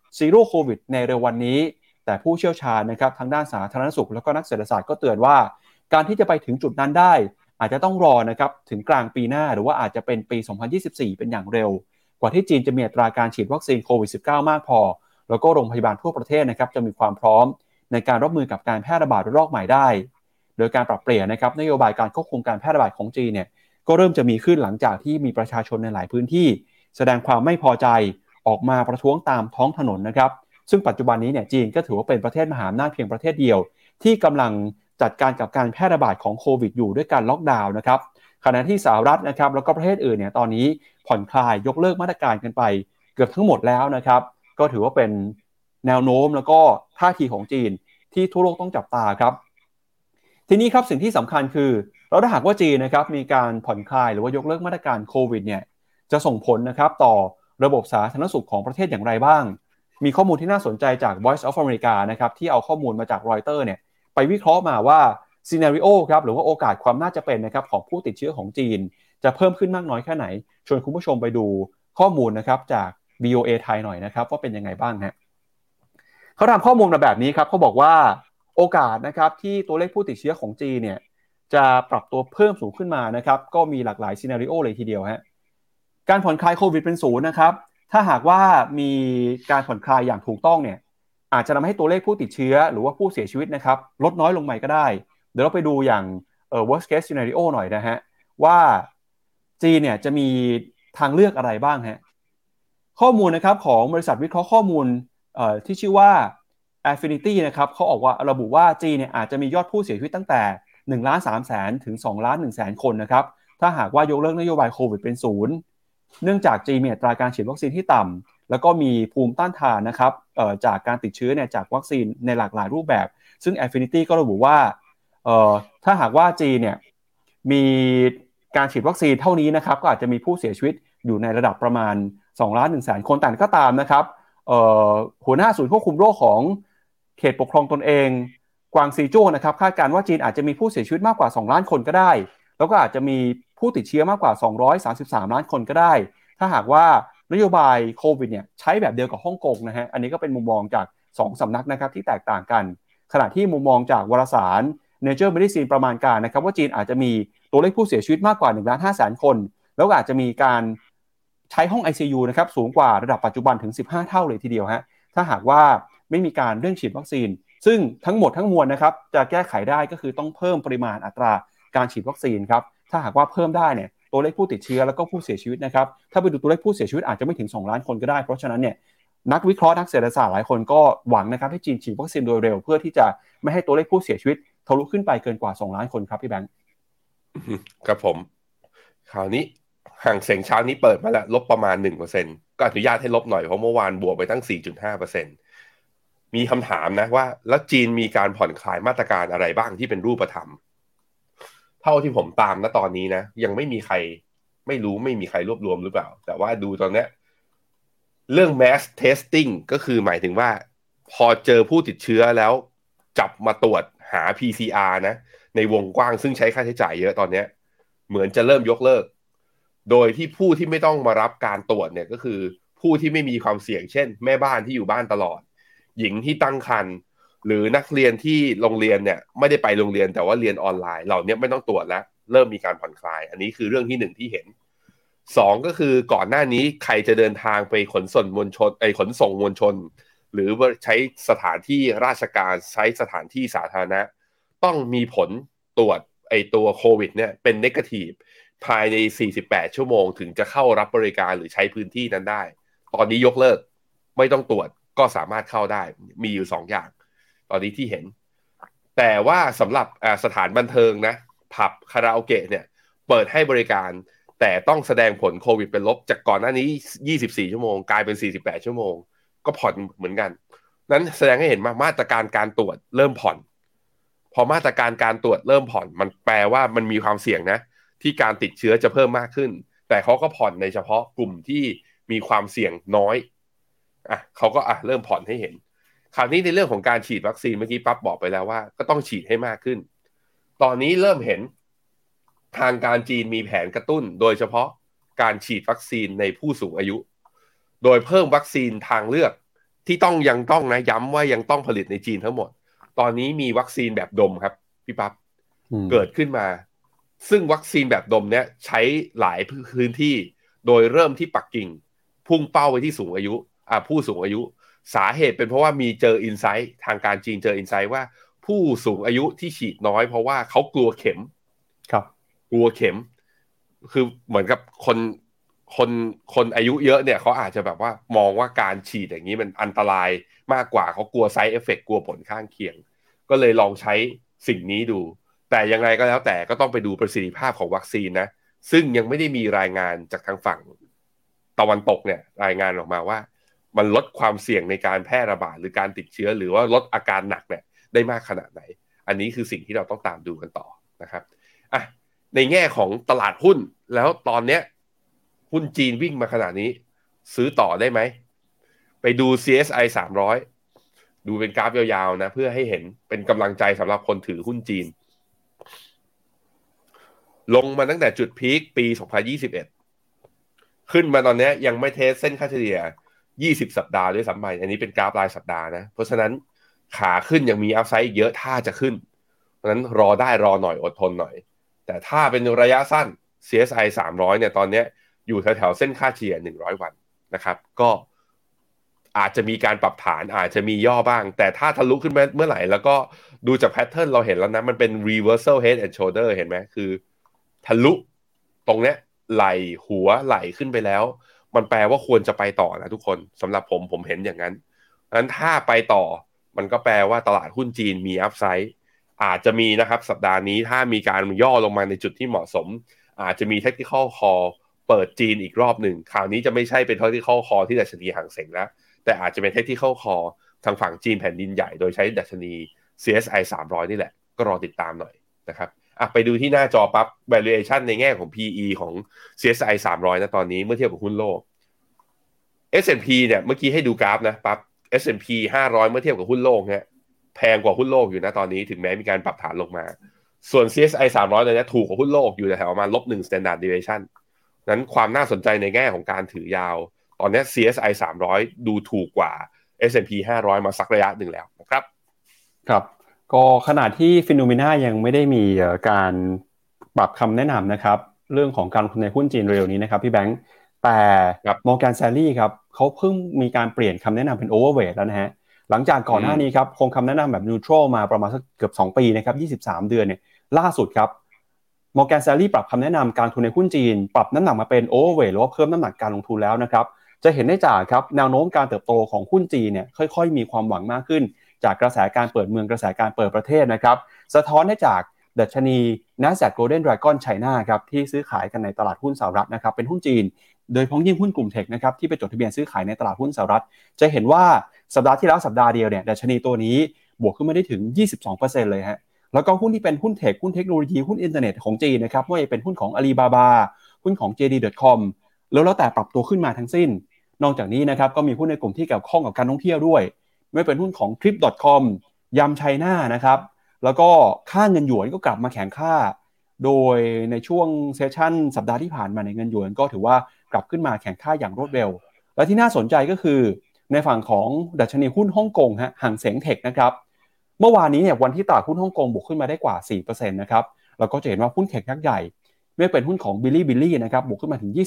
ซีโร่โควิดในเร็ววันนี้แต่ผู้เชี่ยวชาญนะครับทางด้านสาธารณสุขแล้วก็นักเศรษฐศาสตร์ก็เตือนว่าการที่จะไปถึงจุดนั้นได้อาจจะต้องรอนะครับถึงกลางปีหน้าหรือว่าอาจจะเป็นปี 2024 เป็นอย่างเร็วกว่าที่จีนจะมีอัตราการฉีดวัคซีนโควิด -19 มากพอแล้วก็โรงพยาบาลทั่วประเทศนะครับจะมีความพร้อมในการรับมือกับการแพร่ระบาดระลอกใหม่ได้โดยการปรับเปลี่ยนนะครับนโยบายการควบคุมการแพร่ระบาดของจีนเนี่ยก็เริ่มจะมีขึ้นหลังจากที่มีประชาชนในหลายพื้นที่แสดงความไม่พอใจออกมาประท้วงตามท้องถนนนะครับซึ่งปัจจุบันนี้เนี่ยจีนก็ถือว่าเป็นประเทศมหาอำนาจเพียงประเทศเดียวที่กำลังจัดการกับการแพร่ระบาดของโควิดอยู่ด้วยการล็อกดาวน์นะครับขณะที่สหรัฐนะครับแล้วก็ประเทศอื่นเนี่ยตอนนี้ผ่อนคลายยกเลิกมาตรการกันไปเกือบทั้งหมดแล้วนะครับก็ถือว่าเป็นแนวโน้มแล้วก็ท่าทีของจีนที่ทั่วโลกต้องจับตาครับทีนี้ครับสิ่งที่สำคัญคือเราถ้าหากว่าจีนนะครับมีการผ่อนคลายหรือว่ายกเลิกมาตรการโควิดเนี่ยจะส่งผลนะครับต่อระบบสาธารณสุขของประเทศอย่างไรบ้างมีข้อมูลที่น่าสนใจจาก Voice of America นะครับที่เอาข้อมูลมาจากรอยเตอร์เนี่ยไปวิเคราะห์มาว่าซีนาริโอครับหรือว่าโอกาสความน่าจะเป็นนะครับของผู้ติดเชื้อของจีนจะเพิ่มขึ้นมากน้อยแค่ไหนชวนคุณผู้ชมไปดูข้อมูลนะครับจาก VOA ไทยหน่อยนะครับว่าเป็นยังไงบ้างฮะเขาทำข้อมูลมาแบบนี้ครับเขาบอกว่าโอกาสนะครับที่ตัวเลขผู้ติดเชื้อของจีนเนี่ยจะปรับตัวเพิ่มสูงขึ้นมานะครับก็มีหลากหลายซีนาริโอเลยทีเดียวฮะการผ่อนคลายโควิดเป็นศูนย์นะครับถ้าหากว่ามีการผ่อนคลายอย่างถูกต้องเนี่ยอาจจะทำให้ตัวเลขผู้ติดเชื้อหรือว่าผู้เสียชีวิตนะครับลดน้อยลงใหม่ก็ได้เดี๋ยวเราไปดูอย่างworst case scenario หน่อยนะฮะว่าจีนเนี่ยจะมีทางเลือกอะไรบ้างฮะข้อมูลนะครับของบริษัทวิเคราะห์ข้อมูลที่ชื่อว่า Affinity นะครับเขาออกว่าระบุว่าจีนเนี่ยอาจจะมียอดผู้เสียชีวิตตั้งแต่1,300,000 ถึง 2,100,000 คนนะครับถ้าหากว่ายกเลิกนโยบายโควิดเป็นศูนย์เนื่องจากจีนมีอัตราการฉีดวัคซีนที่ต่ำแล้วก็มีภูมิต้านทานนะครับจากการติดเชื้อเนี่ยจากวัคซีนในหลากหลายรูปแบบซึ่ง Affinity ก็ระบุว่าถ้าหากว่าจีนเนี่ยมีการฉีดวัคซีนเท่านี้นะครับก็อาจจะมีผู้เสียชีวิตอยู่ในระดับประมาณ 2,100,000 คนแต่ก็ตามนะครับหัวหน้าศูนย์ควบคุมโรคของเขตปกครองตนเองกวางซีโจ้นะครับคาดการณ์ว่าจีนอาจจะมีผู้เสียชีวิตมากกว่า2ล้านคนก็ได้แล้วก็อาจจะมีผู้ติดเชื้อมากกว่า233ล้านคนก็ได้ถ้าหากว่านโยบายโควิดเนี่ยใช้แบบเดียวกับฮ่องกงนะฮะอันนี้ก็เป็นมุมมองจาก2สำนักนะครับที่แตกต่างกันขณะที่มุมมองจากวารสาร Nature Medicine ประมาณการนะครับว่าจีนอาจจะมีตัวเลขผู้เสียชีวิตมากกว่า 1,500,000 คนแล้วก็อาจจะมีการใช้ห้อง ICU นะครับสูงกว่าระดับปัจจุบันถึง15เท่าเลยทีเดียวฮะถ้าหากว่าไม่มีการเรื่องฉีดวัคซีนซึ่งทั้งหมดทั้งมวลนะครับจะแก้ไขได้ก็คือต้องเพิ่มปริมาณอัตราการฉีดวัคซีนครับถ้าหากว่าเพิ่มได้เนี่ยตัวเลขผู้ติดเชื้อแล้วก็ผู้เสียชีวิตนะครับถ้าไปดูตัวเลขผู้เสียชีวิตอาจจะไม่ถึง2ล้านคนก็ได้เพราะฉะนั้นเนี่ยนักวิเคราะห์นักเศรษฐศาสตร์หลายคนก็หวังนะครับให้จีนฉีดวัคซีนโดยเร็วเพื่อที่จะไม่ให้ตัวเลขผู้เสียชีวิตทะลุขึ้นไปเกินกว่า2ล้านคนครับพี่แบงค์ครับผมคราวนี้ห่างเสียงเช้านี้เปิดมาแล้วลบประมาณ 1% ก็อนุญาตให้ลบหน่อยเพราะเมื่อวานบวกไปตั้ง 4.5%มีคำถามนะว่าแล้วจีนมีการผ่อนคลายมาตรการอะไรบ้างที่เป็นรูปธรรมเท่าที่ผมตามณตอนนี้นะยังไม่มีใครไม่รู้ไม่มีใครรวบรวมหรือเปล่าแต่ว่าดูตอนนี้เรื่อง mass testing ก็คือหมายถึงว่าพอเจอผู้ติดเชื้อแล้วจับมาตรวจหา PCR นะในวงกว้างซึ่งใช้ค่าใช้จ่ายเยอะตอนนี้เหมือนจะเริ่มยกเลิกโดยที่ผู้ที่ไม่ต้องมารับการตรวจเนี่ยก็คือผู้ที่ไม่มีความเสี่ยงเช่นแม่บ้านที่อยู่บ้านตลอดหญิงที่ตั้งครรภ์หรือนักเรียนที่โรงเรียนเนี่ยไม่ได้ไปโรงเรียนแต่ว่าเรียนออนไลน์เหล่านี้ไม่ต้องตรวจแล้วเริ่มมีการผ่อนคลายอันนี้คือเรื่องที่1ที่เห็น2ก็คือก่อนหน้านี้ใครจะเดินทางไปขนส่งมวลชนหรือใช้สถานที่ราชการใช้สถานที่สาธารณะต้องมีผลตรวจตัวโควิดเนี่ยเป็นเนกาทีฟภายใน48ชั่วโมงถึงจะเข้ารับบริการหรือใช้พื้นที่นั้นได้ตอนนี้ยกเลิกไม่ต้องตรวจก็สามารถเข้าได้มีอยู่2อย่างตอนนี้ที่เห็นแต่ว่าสำหรับสถานบันเทิงนะผับคาราโอเกะเนี่ยเปิดให้บริการแต่ต้องแสดงผลโควิดเป็นลบจากก่อนหน้านี้24ชั่วโมงกลายเป็น48ชั่วโมงก็ผ่อนเหมือนกันนั้นแสดงให้เห็นมาตรการการตรวจเริ่มผ่อนพอมาตรการการตรวจเริ่มผ่อนมันแปลว่ามันมีความเสี่ยงนะที่การติดเชื้อจะเพิ่มมากขึ้นแต่เขาก็ผ่อนในเฉพาะกลุ่มที่มีความเสี่ยงน้อยเขาก็เริ่มผ่อนให้เห็นคราวนี้ในเรื่องของการฉีดวัคซีนเมื่อกี้ปั๊บบอกไปแล้วว่าก็ต้องฉีดให้มากขึ้นตอนนี้เริ่มเห็นทางการจีนมีแผนกระตุ้นโดยเฉพาะการฉีดวัคซีนในผู้สูงอายุโดยเพิ่มวัคซีนทางเลือกที่ยังต้องนะย้ำว่ายังต้องผลิตในจีนทั้งหมดตอนนี้มีวัคซีนแบบดมครับพี่ปั๊บเกิดขึ้นมาซึ่งวัคซีนแบบดมเนี้ยใช้หลายพื้นที่โดยเริ่มที่ปักกิ่งพุ่งเป้าไปที่สูงอายุผู้สูงอายุสาเหตุเป็นเพราะว่ามีเจออินไซต์ทางการจีนเจออินไซต์ว่าผู้สูงอายุที่ฉีดน้อยเพราะว่าเขากลัวเข็มครับกลัวเข็มคือเหมือนกับคนอายุเยอะเนี่ยเขาอาจจะแบบว่ามองว่าการฉีดอย่างนี้มันอันตรายมากกว่าเขากลัวไซด์เอฟเฟกต์กลัวผลข้างเคียงก็เลยลองใช้สิ่งนี้ดูแต่ยังไงก็แล้วแต่ก็ต้องไปดูประสิทธิภาพของวัคซีนนะซึ่งยังไม่ได้มีรายงานจากทางฝั่งตะวันตกเนี่ยรายงานออกมาว่ามันลดความเสี่ยงในการแพร่ระบาดหรือการติดเชื้อหรือว่าลดอาการหนักเนี่ยได้มากขนาดไหนอันนี้คือสิ่งที่เราต้องตามดูกันต่อนะครับอ่ะในแง่ของตลาดหุ้นแล้วตอนเนี้ยหุ้นจีนวิ่งมาขนาดนี้ซื้อต่อได้ไหมไปดู CSI 300ดูเป็นกราฟยาวๆนะเพื่อให้เห็นเป็นกำลังใจสำหรับคนถือหุ้นจีนลงมาตั้งแต่จุดพีคปี2021ขึ้นมาตอนนี้ยังไม่เทสเส้นค่าเฉลี่ย20สัปดาห์ด้วยซ้ำไปอันนี้เป็นกราฟรายสัปดาห์นะเพราะฉะนั้นขาขึ้นยังมีอัพไซด์อีกเยอะถ้าจะขึ้นเพราะฉะนั้นรอได้รอหน่อยอดทนหน่อยแต่ถ้าเป็นระยะสั้น CSI 300เนี่ยตอนนี้อยู่แถวๆเส้นค่าเฉลี่ย100วันนะครับก็อาจจะมีการปรับฐานอาจจะมีย่อบ้างแต่ถ้าทะลุขึ้นมาเมื่อไหร่แล้วก็ดูจากแพทเทิร์นเราเห็นแล้วนะมันเป็น reversal head and shoulder เห็นไหมคือทะลุตรงเนี้ยไหลหัวไหลขึ้นไปแล้วมันแปลว่าควรจะไปต่อนะทุกคนสำหรับผมเห็นอย่างนั้นงั้นถ้าไปต่อมันก็แปลว่าตลาดหุ้นจีนมีอัพไซด์อาจจะมีนะครับสัปดาห์นี้ถ้ามีการย่อลงมาในจุดที่เหมาะสมอาจจะมี technical call เปิดจีนอีกรอบหนึ่งคราวนี้จะไม่ใช่เป็น technical call ที่ดัชนีหางเส็งแล้วแต่อาจจะเป็น technical call ทางฝั่งจีนแผ่นดินใหญ่โดยใช้ดัชนี CSI 300นี่แหละก็รอติดตามหน่อยนะครับไปดูที่หน้าจอปั๊บ valuation ในแง่ของ PE ของ CSI 300นะตอนนี้เมื่อเทียบกับหุ้นโลก S&P เนี่ยเมื่อกี้ให้ดูกราฟนะปั๊บ S&P 500เมื่อเทียบกับหุ้นโลกเนี่ยแพงกว่าหุ้นโลกอยู่นะตอนนี้ถึงแม้มีการปรับฐานลงมาส่วน CSI 300เลยนะถูกกว่าหุ้นโลกอยู่แถวประมาณ-1 standard deviation นั้นความน่าสนใจในแง่ของการถือยาวตอนนี้ CSI 300ดูถูกกว่า S&P 500มาสักระยะหนึ่งแล้วนะครับครับก็ขณะที่ฟิโนเมนายังไม่ได้มีการปรับคำแนะนำนะครับเรื่องของการลงทุนในหุ้นจีนเร็วนี้นะครับพี่แบงค์แต่ Morgan Stanley ครับเขาเพิ่งมีการเปลี่ยนคำแนะนำเป็น overweight แล้วนะฮะหลังจากก่อนหน้านี้ครับคงคำแนะนำแบบ neutral มาประมาณสักเกือบ2ปีนะครับ23เดือนเนี่ยล่าสุดครับ Morgan Stanley ปรับคำแนะนำการลงทุนในหุ้นจีนปรับน้ำหนักมาเป็น overweight หรือว่าเพิ่มน้ำหนักการลงทุนแล้วนะครับจะเห็นได้จากครับแนวโน้มการเติบโตของหุ้นจีนเนี่ยค่อยๆมีความหวังมากขึ้นจากกระแสการเปิดเมืองกระแสการเปิดประเทศนะครับสะท้อนได้จากดัชนี Nasdaq Golden Dragon China ครับที่ซื้อขายกันในตลาดหุ้นสหรัฐนะครับเป็นหุ้นจีนโดยเฉพาะยิ่งหุ้นกลุ่มเทคนะครับที่ไปจดทะเบียนซื้อขายในตลาดหุ้นสหรัฐจะเห็นว่าสัปดาห์ที่แล้วสัปดาห์เดียวเนี่ยดัชนีตัวนี้บวกขึ้นมาได้ถึง 22% เลยฮะแล้วก็หุ้นที่เป็นหุ้นเทคหุ้นเทคโนโลยีหุ้นอินเทอร์เน็ตของจีนนะครับไม่ว่าจะเป็นหุ้นของ Alibaba หุ้นของ JD.com แล้วแต่ปรับตัวขึ้นมาทั้งสิ้นนอกจากนี้นะครับก็มีหุ้นในกลุ่มที่เกี่ยวข้องกับการท่องเที่ยวด้วยไม่เป็นหุ้นของ Trip.com ยำไชน่านะครับแล้วก็ค่าเงินหยวนก็กลับมาแข็งค่าโดยในช่วงเซสชั่นสัปดาห์ที่ผ่านมาในเงินหยวนก็ถือว่ากลับขึ้นมาแข็งค่าอย่างรวดเร็วและที่น่าสนใจก็คือในฝั่งของดัชนีหุ้นฮ่องกงฮะหางเส็งเทคนะครับเมื่อวานนี้เนี่ยวันที่ตลาดหุ้นฮ่องกงบวกขึ้นมาได้กว่า 4% นะครับเราก็จะเห็นว่าหุ้นเทคยักษ์ใหญ่ไม่เป็นหุ้นของ Bilibili นะครับบวกขึ้นมาถึง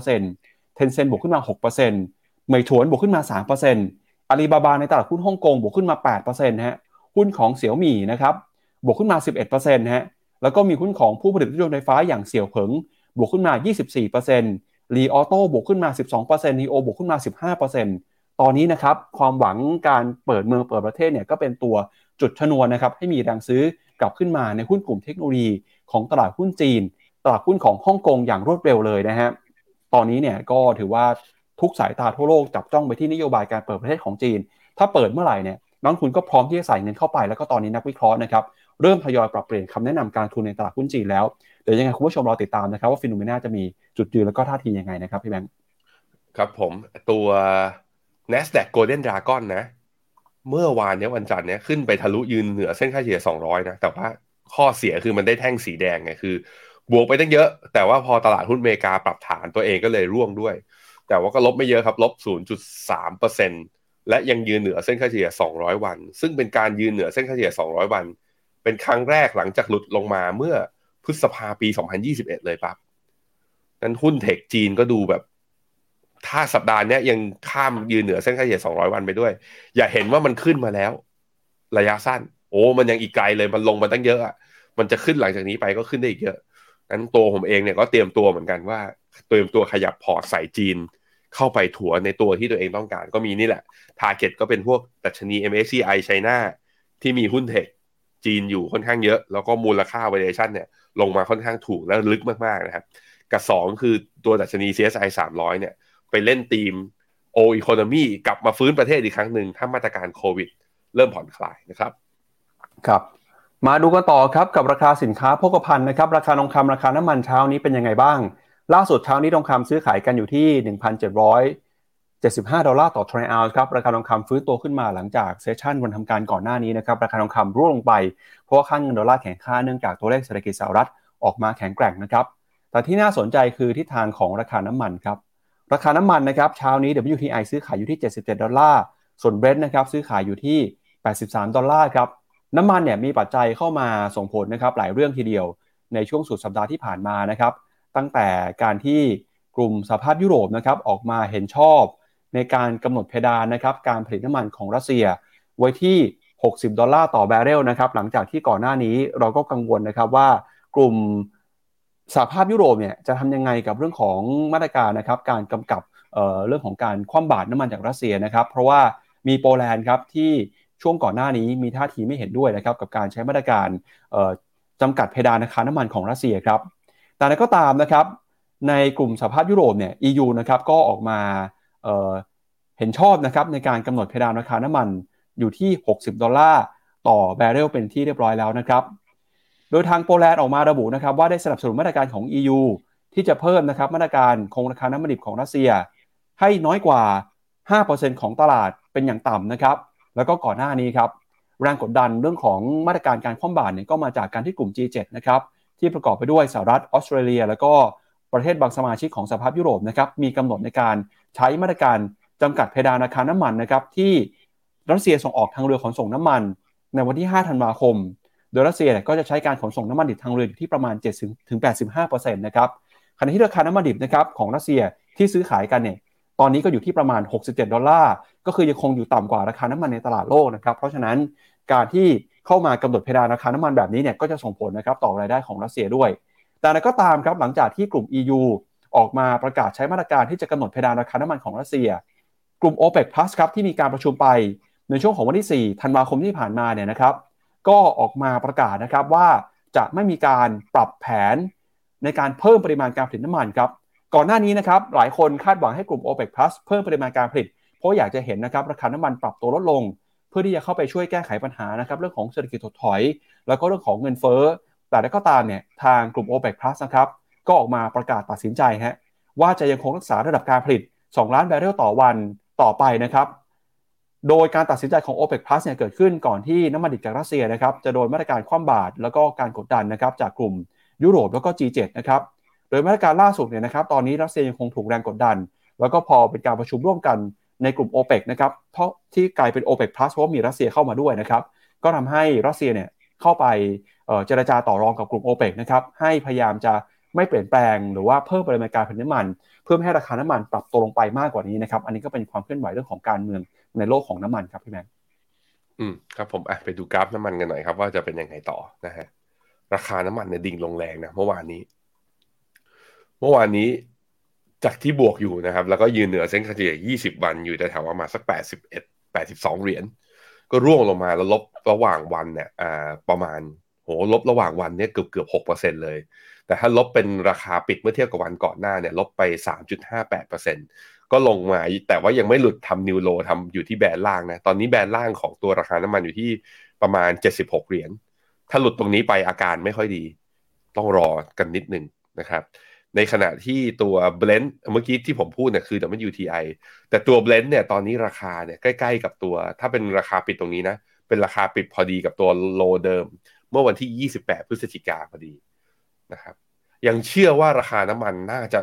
25% Tencent บวกขึ้นมา 6%เหมยถวนบวกขึ้นมา 3%อาลีบาบาในตลาดหุ้นฮ่องกงบวกขึ้นมา 8% ฮะหุ้นของเสี่ยวหมี่นะครับบวกขึ้นมา 11% ฮะแล้วก็มีหุ้นของผู้ผลิตรถยนต์ไฟฟ้าอย่างเสี่ยวเผิงบวกขึ้นมา 24% ลีออโต้บวกขึ้นมา 12% นีโอบวกขึ้นมา 15% ตอนนี้นะครับความหวังการเปิดเมืองเปิดประเทศเนี่ยก็เป็นตัวจุดชนวนนะครับให้มีแรงซื้อกลับขึ้นมาในหุ้นกลุ่มเทคโนโลยีของตลาดหุ้นจีนตลาดหุ้นของฮ่องกงอย่างรวดเร็วเลยนะฮะตอนนี้เนี่ยก็ถือว่าทุกสายตาทั่วโลกจับจ้องไปที่นโยบายการเปิดประเทศของจีนถ้าเปิดเมื่อไหร่เนี่ยนักลงทุนก็พร้อมที่จะใส่เงินเข้าไปแล้วก็ตอนนี้นักวิเคราะห์นะครับเริ่มทยอยปรับเปลี่ยนคำแนะนำการลงทุนในตลาดหุ้นจีนแล้วเดี๋ยวยังไงคุณผู้ชมรอติดตามนะครับว่าฟิโนเมนาจะมีจุดยืนแล้วก็ท่าทียังไงนะครับพี่แบงค์ครับผมตัว Nasdaq Golden Dragon นะเมื่อวานนี้วันจันทร์เนี่ยขึ้นไปทะลุยืนเหนือเส้นค่าเฉลี่ย200นะแต่ว่าข้อเสียคือมันได้แท่งสีแดงไงคือบวกไปตั้งเยอะแต่ว่าพอตลาดหุ้นอเมริกาปรับฐานตัวเองก็เลยร่วงด้วยแต่ว่าก็ลบไม่เยอะครับลบ 0.3% และยังยืนเหนือเส้นค่าเฉลี่ย200วันซึ่งเป็นการยืนเหนือเส้นค่าเฉลี่ย200วันเป็นครั้งแรกหลังจากหลุดลงมาเมื่อพฤษภาปี2021เลยปั๊บนั้นหุ้นเทคจีนก็ดูแบบถ้าสัปดาห์นี้ยังข้ามยืนเหนือเส้นค่าเฉลี่ย200วันไปด้วยอย่าเห็นว่ามันขึ้นมาแล้วระยะสั้นโอ้มันยังอีกไกลเลยมันลงมาตั้งเยอะมันจะขึ้นหลังจากนี้ไปก็ขึ้นได้อีกเยอะนั้นตัวผมเองเนี่ยก็เตรียมตัวเหมือนกันว่าเตรียมตัวขยับพอร์ตใส่จีนเข้าไปถัวในตัวที่ตัวเองต้องการก็มีนี่แหละ target ก็เป็นพวกดัชนี MSCI China ที่มีหุ้นเทคจีนอยู่ค่อนข้างเยอะแล้วก็มูลค่า valuation เนี่ยลงมาค่อนข้างถูกและลึกมากๆนะครับกับ2คือตัวดัชนี CSI 300เนี่ยไปเล่นธีม O Economy กลับมาฟื้นประเทศอีกครั้งหนึ่งถ้ามาตรการโควิดเริ่มผ่อนคลายนะครับครับมาดูกันต่อครับกับราคาสินค้าโภคภัณฑ์นะครับราคาทองคำราคาน้ำมันเช้านี้เป็นยังไงบ้างล่าสุดเช้านี้ทองคำซื้อขายกันอยู่ที่ $1,775 ต่อทรัลล์ซ์ครับราคาทองคำฟื้นตัวขึ้นมาหลังจากเซสชั่นวันทำการก่อนหน้านี้นะครับราคาทองคำร่วงลงไปเพราะว่าค่าเงินดอลลาร์แข็งค่าเนื่องจากตัวเลขเศรษฐกิจสหรัฐออกมาแข็งแกร่งนะครับแต่ที่น่าสนใจคือทิศทางของราคาน้ำมันครับราคาน้ำมันนะครับเช้านี้ WTI ซื้อขายอยู่ที่$77ส่วน Brent นะครับซื้อขายอยู่ที่$83ครับน้ำมันเนี่ยมีปัจจัยเข้ามาส่งผลนะครับหลายเรื่องทีเดียวในช่วงสุดสัปดาห์ที่ผ่านมานะครับตั้งแต่การที่กลุ่มสหภาพยุโรปนะครับออกมาเห็นชอบในการกำหนดเพดานนะครับการผลิตน้ำมันของรัสเซียไว้ที่$60ต่อบาร์เรลนะครับหลังจากที่ก่อนหน้านี้เราก็กังวลนะครับว่ากลุ่มสหภาพยุโรปเนี่ยจะทำยังไงกับเรื่องของมาตรการนะครับการกำกับเรื่องของการคว่ำบาตรน้ำมันจากรัสเซียนะครับเพราะว่ามีโปแลนด์ครับที่ช่วงก่อนหน้านี้มีท่าทีไม่เห็นด้วยนะครับกับการใช้มาตรการจำกัดเพดานราคาน้ำมันของรัสเซียครับแต่นั้นก็ตามนะครับในกลุ่มสหภาพยุโรปเนี่ย EU นะครับก็ออกมาเห็นชอบนะครับในการกำหนดเพดานราคาน้ำมันอยู่ที่$60ต่อแบเรลเป็นที่เรียบร้อยแล้วนะครับโดยทางโปแลนด์ออกมาระบุนะครับว่าได้สนับสนุนมาตรการของ EU ที่จะเพิ่มนะครับมาตรการคงราคาน้ำมันดิบของรัสเซียให้น้อยกว่า 5% ของตลาดเป็นอย่างต่ำนะครับแล้วก็ก่อนหน้านี้ครับแรงกดดันเรื่องของมาตรการการคว่ำบาตรเนี่ยก็มาจากการที่กลุ่ม G7 นะครับที่ประกอบไปด้วยสหรัฐออสเตรเลียแล้วก็ประเทศบางสมาชิกของสหภาพยุโรปนะครับมีกำหนดในการใช้มาตรการจำกัดเพดานราคาน้ำมันนะครับที่รัสเซียส่งออกทางเรือขนส่งน้ำมันในวันที่5ธันวาคมโดยรัสเซียก็จะใช้การขนส่งน้ำมันดิบทางเรืออยู่ที่ประมาณ 7-85% นะครับขณะที่ราคาน้ำมันดิบนะครับของรัสเซียที่ซื้อขายกันเนี่ยตอนนี้ก็อยู่ที่ประมาณ$67ก็คือยังคงอยู่ต่ำกว่าราคาน้ำมันในตลาดโลกนะครับเพราะฉะนั้นการที่เข้ามากำหนดเพดานราคาน้ำมันแบบนี้เนี่ยก็จะส่งผลนะครับต่อรายได้ของรัสเซียด้วยแต่นั้นก็ตามครับหลังจากที่กลุ่ม EU ออกมาประกาศใช้มาตรการที่จะกำหนดเพดานราคาน้ำมันของรัสเซียกลุ่ม OPEC Plus ครับที่มีการประชุมไปในช่วงของวันที่4ธันวาคมที่ผ่านมาเนี่ยนะครับก็ออกมาประกาศนะครับว่าจะไม่มีการปรับแผนในการเพิ่มปริมาณการผลิตน้ำมันครับก่อนหน้านี้นะครับหลายคนคาดหวังให้กลุ่ม OPEC Plus เพิ่มปริมาณการผลิตเพราะอยากจะเห็นนะครับราคาน้ำมันปรับตัวลดลงเพื่อที่จะเข้าไปช่วยแก้ไขปัญหานะครับเรื่องของเศรษฐกิจถดถอยแล้วก็เรื่องของเงินเฟ้อแต่แล้วก็ตามเนี่ยทางกลุ่ม OPEC Plus นะครับก็ออกมาประกาศตัดสินใจว่าจะยังคงรักษาระดับการผลิต2ล้านบาร์เรลต่อวันต่อไปนะครับโดยการตัดสินใจของ OPEC Plus เนี่ยเกิดขึ้นก่อนที่น้ำมันดิบจากรัสเซียนะครับจะโดนมาตรการคว่ำบาตรแล้วก็การกดดันนะครับจากกลุ่มยุโรปแล้วก็ G7 นะครับโดยมาตรการล่าสุดเนี่ยนะครับตอนนี้รัสเซียยังคงถูกแรงกดดันแล้วก็พอเป็นการประชุมร่วมกันในกลุ่ม OPEC นะครับที่กลายเป็น OPEC Plus เพราะมีรัสเซียเข้ามาด้วยนะครับก็ทำให้รัสเซียเนี่ยเข้าไปเจรจาต่อรองกับกลุ่ม OPEC นะครับให้พยายามจะไม่เปลี่ยนแปลงหรือว่าเพิ่มปริมาณการผลิตน้ำมันเพื่อให้ราคาน้ำมันปรับตัวลงไปมากกว่านี้นะครับอันนี้ก็เป็นความเคลื่อนไหวเรื่องของการเมืองในโลกของน้ำมันครับพี่แบงค์ครับผมไปดูกราฟน้ำมันกันหน่อยครับว่าจะเป็นยังไงต่อนะฮะราคาน้ำมันเนี่ยดิ่งลงแรงนะเมื่อวานนี้จากที่บวกอยู่นะครับแล้วก็ยืนเหนือเส้นค่าเฉลี่ย20วันอยู่แถวๆประมาณสัก82เหรียญก็ร่วงลงมาแล้วลบระหว่างวันเนี่ยประมาณลบระหว่างวันเนี่ยเกือบ 6% เลยแต่ถ้าลบเป็นราคาปิดเมื่อเทียบกับวันก่อนหน้าเนี่ยลบไป 3.58% ก็ลงมาแต่ว่ายังไม่หลุดทำนิวโลทำอยู่ที่แบนล่างนะตอนนี้แบนล่างของตัวราคาน้ำมันอยู่ที่ประมาณ76เหรียญถ้าหลุดตรงนี้ไปอาการไม่ค่อยดีต้องรอกันนิดนึงนะครับในขณะที่ตัว Blend เมื่อกี้ที่ผมพูดเนี่ยคือ WTI แต่ตัว Blend เนี่ยตอนนี้ราคาเนี่ยใกล้ๆกับตัวถ้าเป็นราคาปิดตรงนี้นะเป็นราคาปิดพอดีกับตัวโลเดิมเมื่อวันที่28พฤศจิกายนพอดีนะครับยังเชื่อว่าราคาน้ำมันน่าจะ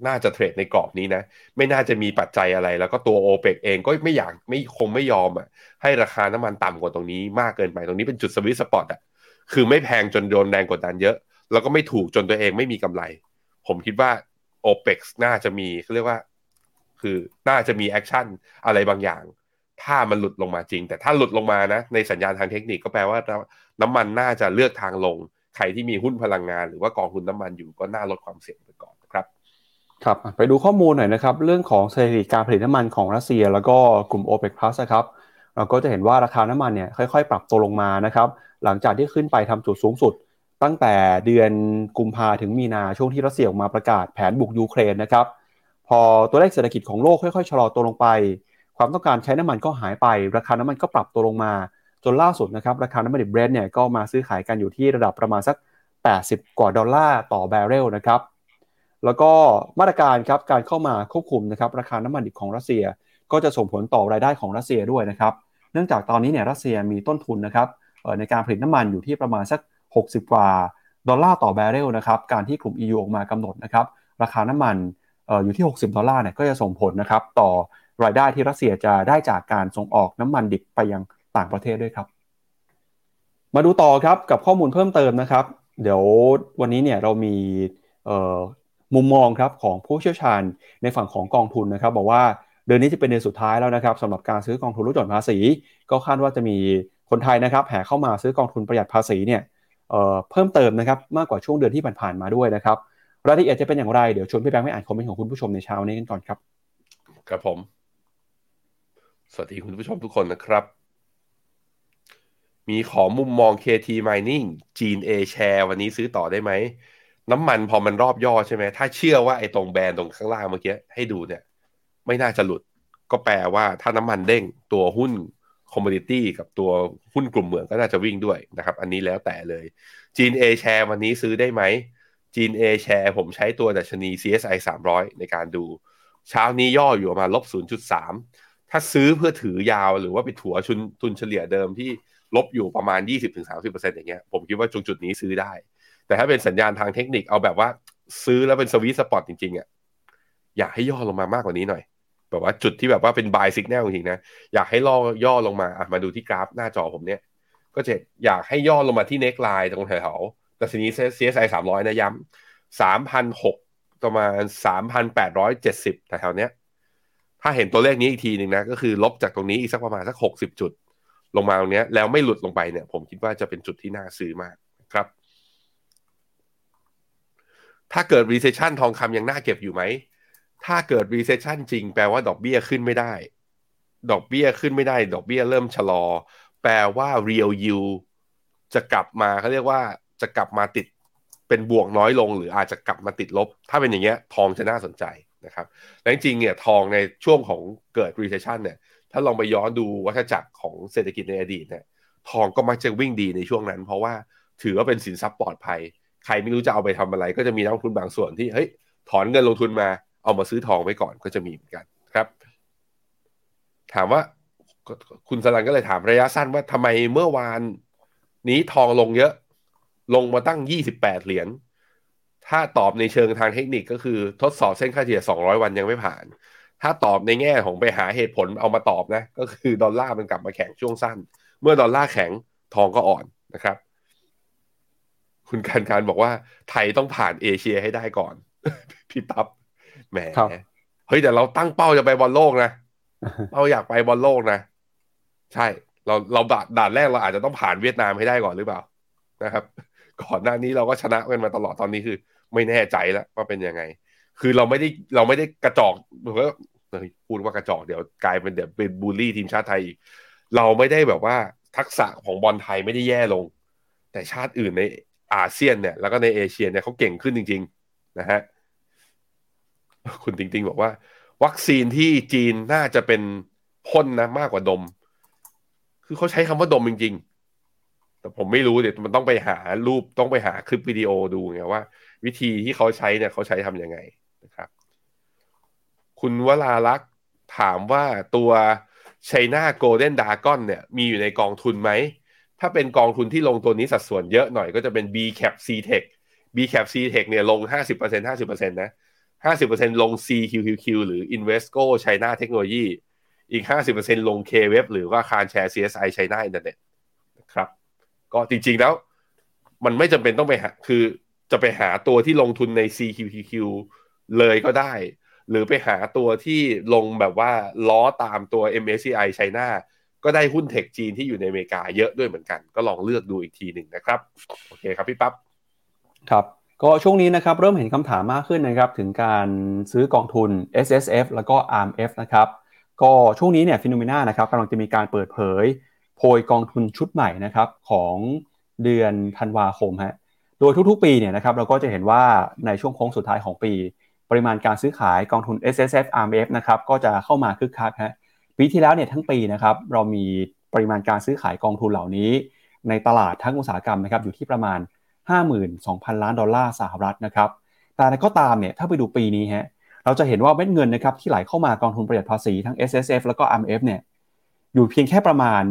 น่าจะเทรดในกรอบนี้นะไม่น่าจะมีปัจจัยอะไรแล้วก็ตัว OPEC เองก็คงไม่ยอมให้ราคาน้ำมันต่ำกว่าตรงนี้มากเกินไปตรงนี้เป็นจุดสวิตช์สปอตคือไม่แพงจนโดนแรงกดดันเยอะแล้วก็ไม่ถูกจนตัวเองไม่มีกำไรผมคิดว่า OPEC น่าจะมีเขาเรียกว่าคือน่าจะมีแอคชั่นอะไรบางอย่างถ้ามันหลุดลงมาจริงแต่ถ้าหลุดลงมานะในสัญญาณทางเทคนิคก็แปลว่าน้ำมันน่าจะเลือกทางลงใครที่มีหุ้นพลังงานหรือว่ากองทุนน้ำมันอยู่ก็น่าลดความเสี่ยงไปก่อนครับครับไปดูข้อมูลหน่อยนะครับเรื่องของสถิติการผลิตน้ำมันของรัสเซียแล้วก็กลุ่ม OPEC Plus นะครับเราก็จะเห็นว่าราคาน้ำมันเนี่ยค่อยๆปรับตัวลงมานะครับหลังจากที่ขึ้นไปทำจุดสูงสุดตั้งแต่เดือนกุมภาถึงมีนาช่วงที่รัสเซียออกมาประกาศแผนบุกยูเครนนะครับพอตัวเลขเศรษฐกิจของโลกค่อยๆชะลอตัวลงไปความต้องการใช้น้ำมันก็หายไปราคาน้ำมันก็ปรับตัวลงมาจนล่าสุดนะครับราคาน้ำมันดิบเบรนท์เนี่ยก็มาซื้อขายกันอยู่ที่ระดับประมาณสัก80 กว่าดอลลาร์ต่อแบเรลนะครับแล้วก็มาตรการครับการเข้ามาควบคุมนะครับราคาน้ำมันดิบของรัสเซียก็จะส่งผลต่อรายได้ของรัสเซียด้วยนะครับเนื่องจากตอนนี้เนี่ยรัสเซียมีต้นทุนนะครับในการผลิตน้ำมันอยู่ที่ประมาณสัก60 กว่าดอลลาร์ต่อแบเรลนะครับการที่กลุ่ม EU ออกมากำหนดนะครับราคาน้ำมันอยู่ที่60 ดอลลาร์เนี่ยก็จะส่งผลนะครับต่อรายได้ที่รัสเซียจะได้จากการส่งออกน้ำมันดิบไปยังต่างประเทศด้วยครับมาดูต่อครับกับข้อมูลเพิ่มเติมนะครับเดี๋ยววันนี้เนี่ยเรามีมุมมองครับของผู้เชี่ยวชาญในฝั่งของกองทุนนะครับบอกว่าเดือนนี้จะเป็นเดือนสุดท้ายแล้วนะครับสำหรับการซื้อกองทุนลดหย่อนภาษีก็คาดว่าจะมีคนไทยนะครับแห่เข้ามาซื้อกองทุนประหยัดภาษีเนี่ยเพิ่มเติมนะครับมากกว่าช่วงเดือนที่ผ่านๆมาด้วยนะครับรายละเอียดจะเป็นอย่างไรเดี๋ยวชวนพี่แบงค์ไปอ่านคอมเมนต์ของคุณผู้ชมในเช้านี้กันก่อนครับครับผมสวัสดีคุณผู้ชมทุกคนนะครับมีขอมุมมอง KT Mining จีน A Share วันนี้ซื้อต่อได้ไหมน้ำมันพอมันรอบย่อใช่ไหมถ้าเชื่อว่าไอ้ตรงแบรนด์ตรงข้างล่างเมื่อกี้ให้ดูเนี่ยไม่น่าจะหลุดก็แปลว่าถ้าน้ำมันเด้งตัวหุ้นคอมมูนิตี้กับตัวหุ้นกลุ่มเหมืองก็น่าจะวิ่งด้วยนะครับอันนี้แล้วแต่เลยจีน A Share วันนี้ซื้อได้ไหมจีน A Share ผมใช้ตัวดัชนี CSI 300ในการดูเช้านี้ย่ออยู่ประมาณ-0.3ถ้าซื้อเพื่อถือยาวหรือว่าไปถัวทุนเฉลี่ยเดิมที่ลบอยู่ประมาณ 20-30% อย่างเงี้ยผมคิดว่าจุดนี้ซื้อได้แต่ถ้าเป็นสัญญาณทางเทคนิคเอาแบบว่าซื้อแล้วเป็นสวีทสปอตจริงๆอ่ะอยากให้ย่อลงมามากกว่านี้หน่อยแบบว่าจุดที่แบบว่าเป็น buy signal จริงๆนะอยากให้ย่อลงมามาดูที่กราฟหน้าจอผมเนี่ยก็จะอยากให้ย่อลงมาที่ neck line ตรงแถวๆดัชนี CSI 300นะย้ำ 3,600 ประมาณ 3,870 แถวๆเนี้ยถ้าเห็นตัวเลขนี้อีกทีหนึ่งนะก็คือลบจากตรงนี้อีกสักประมาณสัก60 จุดลงมาตรงนี้แล้วไม่หลุดลงไปเนี่ยผมคิดว่าจะเป็นจุดที่น่าซื้อมากครับถ้าเกิด recession ทองคำยังน่าเก็บอยู่ไหมถ้าเกิด recession จริงแปลว่าดอกเบี้ยขึ้นไม่ได้ดอกเบี้ยขึ้นไม่ได้ดอกเบี้ยเริ่มชะลอแปลว่า real yield จะกลับมาเขาเรียกว่าจะกลับมาติดเป็นบวกน้อยลงหรืออาจจะกลับมาติดลบถ้าเป็นอย่างเงี้ยทองจะน่าสนใจนะครับและจริงๆเนี่ยทองในช่วงของเกิด recession เนี่ยถ้าลองไปย้อนดูวัฏจักรของเศรษฐกิจในอดีตเนี่ยทองก็มักจะวิ่งดีในช่วงนั้นเพราะว่าถือว่าเป็นสินทรัพย์ปลอดภัยใครไม่รู้จะเอาไปทำอะไรก็จะมีนักลงทุนบางส่วนที่เฮ้ยถอนเงินลงทุนมาเอามาซื้อทองไว้ก่อนก็จะมีเหมือนกันครับถามว่าคุณสลันก็เลยถามระยะสั้นว่าทำไมเมื่อวานนี้ทองลงเยอะลงมาตั้ง28 เหรียญถ้าตอบในเชิงทางเทคนิคก็คือทดสอบเส้นค่าเฉลี่ย200 วันยังไม่ผ่านถ้าตอบในแง่ของไปหาเหตุผลเอามาตอบนะก็คือดอลลาร์มันกลับมาแข็งช่วงสั้นเมื่อดอลลาร์แข็งทองก็อ่อนนะครับคุณการบอกว่าไทยต้องผ่านเอเชียให้ได้ก่อนพี่ตั๊บแหมเฮ้ยแต่เราตั้งเป้าจะไปบอลโลกนะเราอยากไปบอลโลกนะใช่เราด่านแรกเราอาจจะต้องผ่านเวียดนามให้ได้ก่อนหรือเปล่านะครับก่อนหน้านี้เราก็ชนะกันมาตลอดตอนนี้คือไม่แน่ใจแล้วว่าเป็นยังไงคือเราไม่ได้กระจอกพูดว่ากระจอกเดี๋ยวกลายเป็นเป็นบูลลี่ทีมชาติไทยอีกเราไม่ได้แบบว่าทักษะของบอลไทยไม่ได้แย่ลงแต่ชาติอื่นในอาเซียนเนี่ยแล้วก็ในเอเชียเนี่ยเขาเก่งขึ้นจริงๆนะฮะคุณติงบอกว่าวัคซีนที่จีนน่าจะเป็นพ่นนะมากกว่าดมคือเขาใช้คำว่าดมจริงๆแต่ผมไม่รู้เดี๋ยวมันต้องไปหารูปต้องไปหาคลิปวิดีโอดูไงว่าวิธีที่เขาใช้เนี่ยเขาใช้ทำยังไงนะครับคุณวราลักษ์ถามว่าตัว China Golden Dragon เนี่ยมีอยู่ในกองทุนไหมถ้าเป็นกองทุนที่ลงตัวนี้สัดส่วนเยอะหน่อยก็จะเป็น BCAP CTech BCAP CTech เนี่ยลง 50% 50% นะ 50% ลง CQQQ หรือ Invesco China Technology อีก 50% ลง K-Web หรือว่า CanShare CSI China Internet นะครับก็จริงๆแล้วมันไม่จำเป็นต้องไปหาคือจะไปหาตัวที่ลงทุนใน CQQQ เลยก็ได้หรือไปหาตัวที่ลงแบบว่าล้อตามตัว MSCI China ก็ได้หุ้นเทคจีนที่อยู่ในอเมริกาเยอะด้วยเหมือนกันก็ลองเลือกดูอีกทีหนึ่งนะครับโอเคครับพี่ปั๊บครับก็ช่วงนี้นะครับเริ่มเห็นคำถามมากขึ้นนะครับถึงการซื้อกองทุน SSF แล้วก็ ARMF นะครับก็ช่วงนี้เนี่ย Phenomena นะครับกำลังจะมีการเปิดเผยโพยกองทุนชุดใหม่นะครับของเดือนธันวาคมฮะโดยทุกๆปีเนี่ยนะครับเราก็จะเห็นว่าในช่วงโค้งสุดท้ายของปีปริมาณการซื้อขายกองทุน SSF ARMF นะครับก็จะเข้ามาคึกคักฮะปีที่แล้วเนี่ยทั้งปีนะครับเรามีปริมาณการซื้อขายกองทุนเหล่านี้ในตลาดทั้งอุตสาหกรรมนะครับอยู่ที่ประมาณ52,000 ล้านดอลลาร์สหรัฐนะครับแต่ก็ตามเนี่ยถ้าไปดูปีนี้ฮะเราจะเห็นว่าเม็ดเงินนะครับที่ไหลเข้ามากองทุนประหยัดภาษีทั้ง SSF แล้วก็ ARMF เนี่ยอยู่เพียงแค่ประมาณ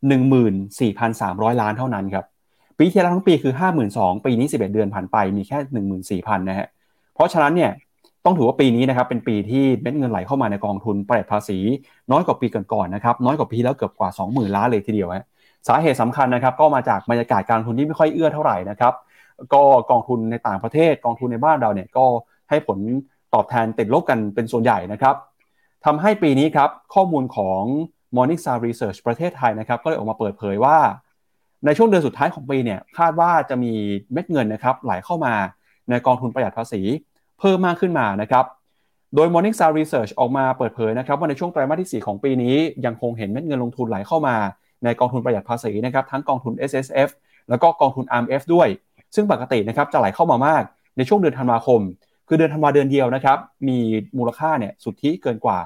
14,300 ล้านเท่านั้นครับปีที่แล้วทั้งปีคือ 52,000 ปีนี้11เดือนผ่านไปมีแค่ 14,000 นะฮะเพราะฉะนั้นเนี่ยต้องถือว่าปีนี้นะครับเป็นปีที่เม็ดเงินไหลเข้ามาในกองทุนประหยัดภาษีน้อยกว่าปีก่อนๆนะครับน้อยกว่าปีแล้วเกือบกว่า 20,000 ล้านเลยทีเดียวฮะสาเหตุสำคัญนะครับก็มาจากบรรยากาศการลงทุนที่ไม่ค่อยเอื้อเท่าไหร่นะครับก็กองทุนในต่างประเทศกองทุนในบ้านเราเนี่ยก็ให้ผลตอบแทนติดลบกันเป็นส่วนใหญ่นะครับทำให้ปีนี้ครับข้อมูลของ Morningstar Research ประเทศไทยนะครับก็เลยออกมาเปิดเผยว่าในช่วงเดือนสุดท้ายของปีเนี่ยคาดว่าจะมีเม็ดเงินนะครับไหลเข้ามาในกองทุนประหยัดภาษีเพิ่มมากขึ้นมานะครับโดย Morningstar Research ออกมาเปิดเผยนะครับว่าในช่วงไตรมาสที่4ของปีนี้ยังคงเห็นเม็ดเงินลงทุนไหลเข้ามาในกองทุนประหยัดภาษีนะครับทั้งกองทุน SSF แล้วก็กองทุน ARMF ด้วยซึ่งปกตินะครับจะไหลเข้ามามากในช่วงเดือนธันวาคมคือเดือนธันวาเดือนเดียวนะครับมีมูลค่าเนี่ยสุทธิเกินกว่า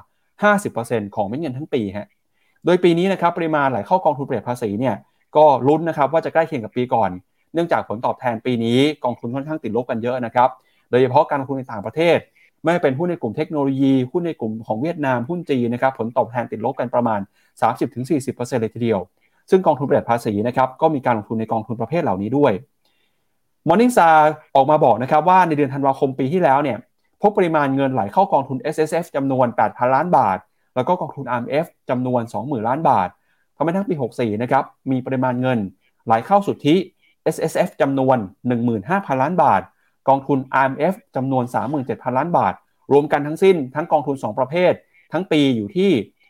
50% ของเม็ดเงินทั้งปีฮะโดยปีนี้นะครับปริมาณไหลเข้ากองทุนประหยัดภาษีเนี่ยก็ลุ้นนะครับว่าจะใกล้เคียงกับปีก่อนเนื่องจากผลตอบแทนปีนี้กองทุนค่อนข้างติดลบกันเยอะนะครับโดยเฉพาะการลงทุนในต่างประเทศไม่เป็นหุ้นในกลุ่มเทคโนโลยีหุ้นในกลุ่มของเวียดนามหุ้นจีนนะครับผลตอบแทนติดลบกันประมาณ 30-40% เลยทีเดียวซึ่งกองทุนประหยัดภาษีนะครับก็มีการลงทุนในกองทุนประเภทเหล่านี้ด้วย Morningstar ออกมาบอกนะครับว่าในเดือนธันวาคมปีที่แล้วเนี่ยพบปริมาณเงินไหลเข้ากองทุน SSF จำนวน 8,000 ล้านบาทแล้วก็กองทุน ARMF จำนวน 20,000 ล้านบาททำให้ทั้งปี64นะครับมีปริมาณเงินไหลเข้าสุทธิ SSF จำนวน 15,000 ล้านบาทกองทุน ARMF จำนวน 37,000 ล้านบาทรวมกันทั้งสิ้นทั้งกองทุน2ประเภททั้งปีอยู่ที่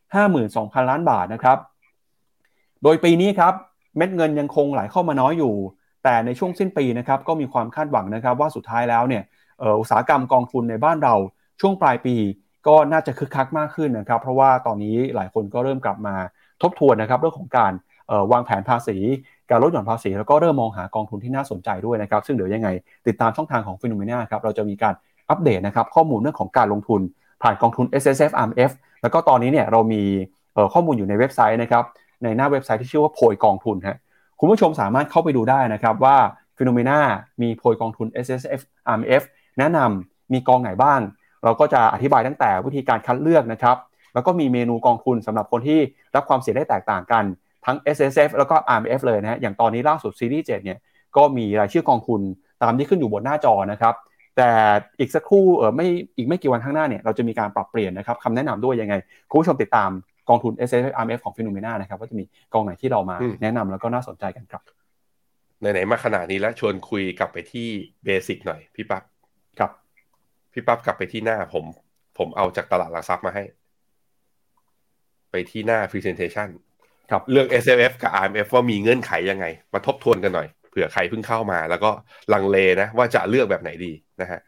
52,000 ล้านบาทนะครับโดยปีนี้ครับเม็ดเงินยังคงไหลเข้ามาน้อยอยู่แต่ในช่วงสิ้นปีนะครับก็มีความคาดหวังนะครับว่าสุดท้ายแล้วเนี่ยอุตสาหกรรมกองทุนในบ้านเราช่วงปลายปีก็น่าจะคึกคักมากขึ้นนะครับเพราะว่าตอนนี้หลายคนก็เริ่มกลับมาทบทวนนะครับเรื่องของการวางแผนภาษีการลดหย่อนภาษีแล้วก็เริ่มมองหากองทุนที่น่าสนใจด้วยนะครับซึ่งเดี๋ยวยังไงติดตามช่องทางของ Phenomena ครับเราจะมีการอัปเดตนะครับข้อมูลเรื่องของการลงทุนผ่านกองทุน SSF ARMF แล้วก็ตอนนี้เนี่ยเรามีข้อมูลอยู่ในเว็บไซต์นะครับในหน้าเว็บไซต์ที่ชื่อว่าโพยกองทุนฮะคุณผู้ชมสามารถเข้าไปดูได้นะครับว่า Phenomena มีโพยกองทุน SSF ARMF แนะนำมีกองไหนบ้างเราก็จะอธิบายตั้งแต่วิธีการคัดเลือกนะครับแล้วก็มีเมนูกองทุนสำหรับคนที่รับความเสี่ยงได้แตกต่างกันทั้ง SSF แล้วก็ ARMF เลยนะฮะอย่างตอนนี้ล่าสุดซีรีส์7เนี่ยก็มีรายชื่อกองทุนตามที่ขึ้นอยู่บนหน้าจอนะครับแต่อีกสักครู่อีกไม่กี่วันข้างหน้าเนี่ยเราจะมีการปรับเปลี่ยนนะครับคำแนะนำด้วยยังไงคุณผู้ชมติดตามกองทุน SSF ARMF ของ Phenomena นะครับว่าจะมีกองไหนที่เรามาแนะนำแล้วก็น่าสนใจกันครับไหนๆมาขนาดนี้แล้วชวนคุยกลับไปที่เบสิกหน่อยพี่ปั๊บครับพี่ปั๊บกลับไปที่หน้าผมเอาจากตลาดหลักทรัพย์มาให้ไปที่หน้า presentation ครับเรื่อง SFF กับ RMF ว่ามีเงื่อนไขยังไงมาทบทวนกันหน่อยเผื่อใครเพิ่งเข้ามาแล้วก็ลังเลนะว่าจะเลือกแบบไหนดีนะฮะ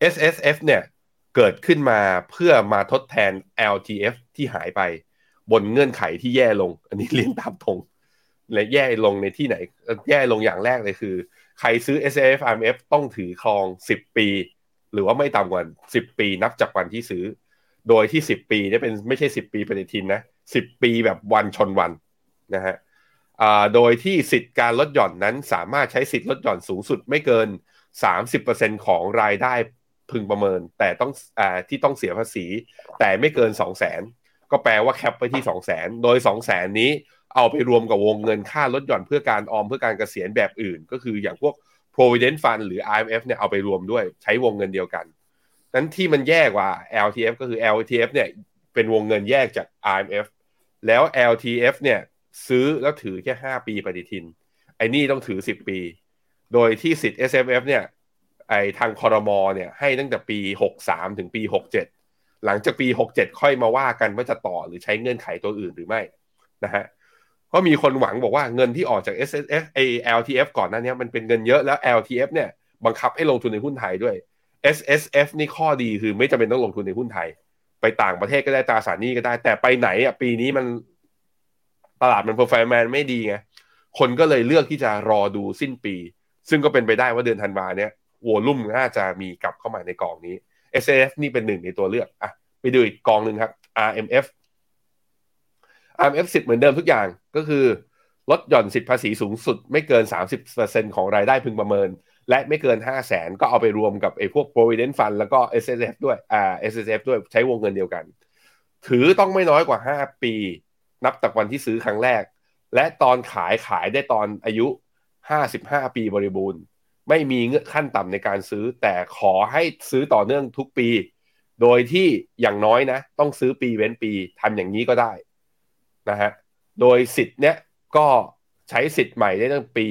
SSF เนี่ยเกิดขึ้นมาเพื่อมาทดแทน LTF ที่หายไปบนเงื่อนไขที่แย่ลงอันนี้เรียนตามตรงและแย่ลงในที่ไหนแย่ลงอย่างแรกเลยคือใครซื้อ SFF RMF ต้องถือครอง10 ปีหรือว่าไม่ต่ำกว่า10 ปีนับจากวันที่ซื้อโดยที่10 ปีเนี่ยเป็นไม่ใช่10 ปีปฏิทินนะ10 ปีแบบวันชนวันนะฮะโดยที่สิทธิ์การลดหย่อนนั้นสามารถใช้สิทธิ์ลดหย่อนสูงสุดไม่เกิน 30% ของรายได้พึงประเมินแต่ต้องที่ต้องเสียภาษีแต่ไม่เกิน 200,000 ก็แปลว่าแคปไปที่ 200,000 โดย 200,000 นี้เอาไปรวมกับวงเงินค่าลดหย่อนเพื่อการออมเพื่อการเกษียณแบบอื่นก็คืออย่างพวก Provident Fund หรือ IMF เนี่ยเอาไปรวมด้วยใช้วงเงินเดียวกันนั้นที่มันแย่กว่า LTF ก็คือ LTF เนี่ยเป็นวงเงินแยกจาก IMF แล้ว LTF เนี่ยซื้อแล้วถือแค่5 ปีปฏิทินไอ้นี่ต้องถือ10 ปีโดยที่สิทธิ์ SFF เนี่ยไอ้ทางครม.เนี่ยให้ตั้งแต่ปี63ถึงปี67หลังจากปี67ค่อยมาว่ากันว่าจะต่อหรือใช้เงื่อนไขตัวอื่นหรือไม่นะฮะก็มีคนหวังบอกว่าเงินที่ออกจาก SSF LTF ก่อนหน้านี้มันเป็นเงินเยอะแล้ว LTF เนี่ยบังคับให้ลงทุนในหุ้นไทยด้วย SSF นี่ข้อดีคือไม่จำเป็นต้องลงทุนในหุ้นไทยไปต่างประเทศก็ได้ตราสารหนี้ก็ได้แต่ไปไหนอ่ะปีนี้มันตลาดมัน performance ไม่ดีไงคนก็เลยเลือกที่จะรอดูสิ้นปีซึ่งก็เป็นไปได้ว่าเดือนธันวาเนี่ยวอลุ่มน่าจะมีกลับเข้ามาในกองนี้ SSF นี่เป็นหนึ่งในตัวเลือกอ่ะไปดูอีกกองหนึ่งครับ RMF สิทธิ์เหมือนเดิมทุกอย่างก็คือลดหย่อนสิทธิภาษีสูงสุดไม่เกิน 30% ของรายได้พึงประเมินและไม่เกิน 500,000 ก็เอาไปรวมกับไอ้พวก Provident Fund แล้วก็ SSF ด้วยSSF ด้วยใช้วงเงินเดียวกันถือต้องไม่น้อยกว่า5 ปีนับจากวันที่ซื้อครั้งแรกและตอนขายได้ตอนอายุ55 ปีบริบูรณ์ไม่มีเงื่อนขั้นต่ำในการซื้อแต่ขอให้ซื้อต่อเนื่องทุกปีโดยที่อย่างน้อยนะต้องซื้อปีเว้นปีทำอย่างนี้ก็ได้นะฮะโดยสิทธิ์เนี้ยก็ใช้สิทธิ์ใหม่ได้ตั้งปี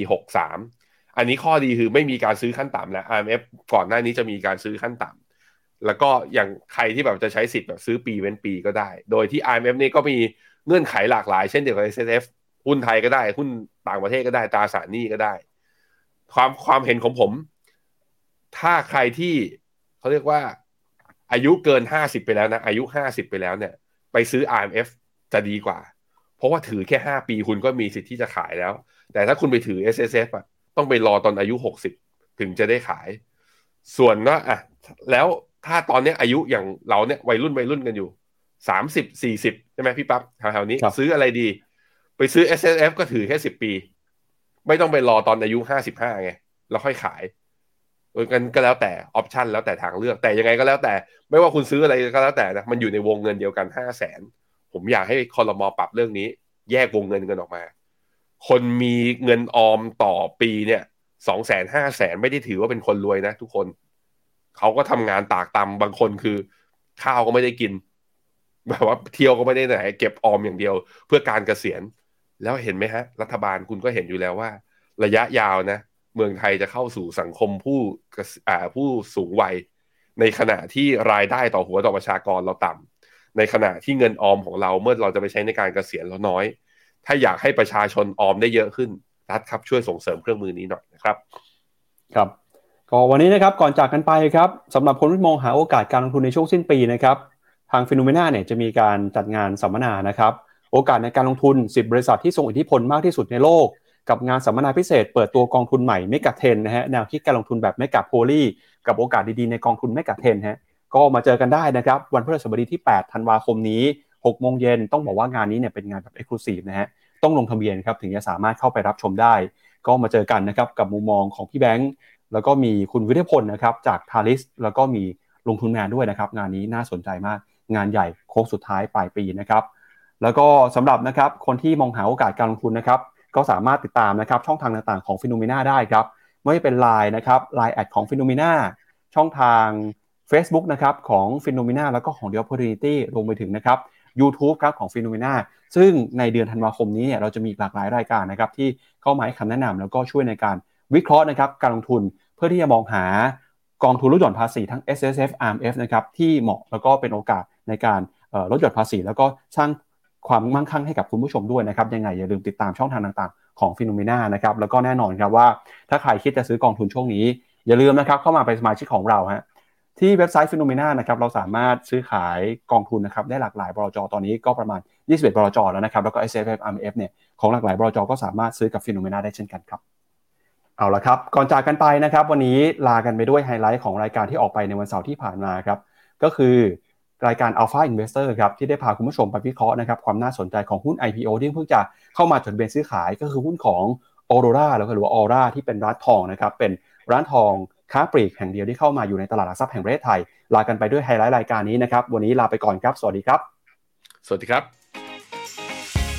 63อันนี้ข้อดีคือไม่มีการซื้อขั้นต่ำแล้ว IMF ก่อนหน้านี้จะมีการซื้อขั้นต่ำแล้วก็อย่างใครที่แบบจะใช้สิทธิ์แบบซื้อปีเว้นปีก็ได้โดยที่ IMF นี่ก็มีเงื่อนไขหลากหลายเช่นเดียวกับ SSF หุ้นไทยก็ได้หุ้นต่างประเทศก็ได้ตราสารหนี้ก็ได้ความเห็นของผมถ้าใครที่เขาเรียกว่าอายุเกิน50ไปแล้วนะอายุ50ไปแล้วเนี่ยไปซื้อ IMF จะดีกว่าเพราะว่าถือแค่5 ปีคุณก็มีสิทธิ์ที่จะขายแล้วแต่ถ้าคุณไปถือ SSF อ่ะต้องไปรอตอนอายุ60ถึงจะได้ขายส่วนว่าอ่ะแล้วถ้าตอนนี้อายุอย่างเราเนี่ยวัยรุ่นกันอยู่30-40ใช่ไหมพี่ปั๊บแถวๆนี้ซื้ออะไรดีไปซื้อ SSF ก็ถือแค่10 ปีไม่ต้องไปรอตอนอายุ55ไงแล้วค่อยขายกันก็แล้วแต่ออปชันแล้วแต่ทางเลือกแต่ยังไงก็แล้วแต่ไม่ว่าคุณซื้ออะไรก็แล้วแต่นะมันอยู่ในวงเงินเดียวกัน500,000ผมอยากให้ครม.ปรับเรื่องนี้แยกวงเงินกันออกมาคนมีเงินออมต่อปีเนี่ย200,000-500,000ไม่ได้ถือว่าเป็นคนรวยนะทุกคนเขาก็ทำงานตากตำบางคนคือข้าวก็ไม่ได้กินแบบว่าเที่ยวก็ไม่ได้ไหนเก็บออมอย่างเดียวเพื่อการเกษียณแล้วเห็นไหมฮะรัฐบาลคุณก็เห็นอยู่แล้วว่าระยะยาวนะเมืองไทยจะเข้าสู่สังคมผู้สูงวัยในขณะที่รายได้ต่อหัวต่อประชากรเราต่ำในขณะที่เงินออมของเราเมื่อเราจะไปใช้ในการเกษียณเราน้อยถ้าอยากให้ประชาชนออมได้เยอะขึ้นรัฐครับช่วยส่งเสริมเครื่องมือนี้หน่อยนะครับครับก็วันนี้นะครับก่อนจากกันไปครับสำหรับคนที่มองหาโอกาสการลงทุนในช่วงสิ้นปีนะครับทาง Phenomena เนี่ยจะมีการจัดงานสัมมนานะครับโอกาสในการลงทุน10บริษัทที่ทรงอิทธิพลมากที่สุดในโลกกับงานสัมมนาพิเศษเปิดตัวกองทุนใหม่เมกะเทนนะฮะแนวคิดการลงทุนแบบเมกะโพลีกับโอกาสดีๆในกองทุนเมกะเทนฮะก็มาเจอกันได้นะครับวันพฤหัสบดีที่8ธันวาคมนี้6 โมงเย็นต้องบอกว่างานนี้เนี่ยเป็นงานแบบ Exclusive นะฮะต้องลงทะเบียนครับถึงจะสามารถเข้าไปรับชมได้ก็มาเจอกันนะครับกับมุมมองของพี่แบงค์แล้วก็มีคุณวิทยพลนะครับจากทาริสแล้วก็มีลงทุนแมนด้วยนะครับงานนี้น่าสนใจมากงานใหญ่โค้งสุดท้ายปลายปีนะครับแล้วก็สำหรับนะครับคนที่มองหาโอกาสการลงทุนนะครับก็สามารถติดตามนะครับช่องทางต่างๆของ Phenomena ได้ครับไม่ว่าจะเป็น LINE นะครับ LINE แอดของ Phenomena ช่องทาง Facebook นะครับของ Phenomena แล้วก็ของ The Opportunity รวมไปถึงนะครับ YouTube ครับของ Phenomena ซึ่งในเดือนธันวาคมนี้เนี่ยเราจะมีหลากหลายรายการนะครับที่เข้ามาให้คำแนะนำแล้วก็ช่วยในการวิเคราะห์นะครับการลงทุนเพื่อที่จะมองหากองทุนลดหย่อนภาษีทั้ง SSF RMF นะครับที่เหมาะแล้วก็เป็นโอกาสในการลดหย่อนภาษีแล้วก็สร้างความมั่งคั่งให้กับคุณผู้ชมด้วยนะครับยังไงอย่าลืมติดตามช่องทางต่างๆของ Phenomena นะครับแล้วก็แน่นอนครับว่าถ้าใครคิดจะซื้อกองทุนช่วงนี้อย่าลืมนะครับเข้ามาเป็นสมาชิกของเราฮะที่เว็บไซต์ Phenomena นะครับเราสามารถซื้อขายกองทุนนะครับได้หลากหลายบลจ.ตอนนี้ก็ประมาณ21บลจ.แล้วนะครับแล้วก็ SFF RMF เนี่ยของหลากหลายบลจ.ก็สามารถซื้อกับ Phenomena ได้เช่นกันครับเอาละครับก่อนจากกันไปนะครับวันนี้ลากันไปด้วยไฮไลท์ของรายการที่ออกไปในวันเสาร์ที่ผ่านมาครับก็คือรายการ Alpha Investor ครับที่ได้พาคุณผู้ชมไปวิเคราะห์นะครับความน่าสนใจของหุ้น IPO ที่เพิ่งจะเข้ามาจดทะเบียนซื้อขายก็คือหุ้นของ Aurora แล้วก็หรือว่า Aura ที่เป็นร้านทองนะครับเป็นร้านทองค้าปลีกแห่งเดียวที่เข้ามาอยู่ในตลาดหลักทรัพย์แห่งประเทศไทยลากันไปด้วยไฮไลท์รายการนี้นะครับวันนี้ลาไปก่อนครับสวัสดีครับสวัสดีครับ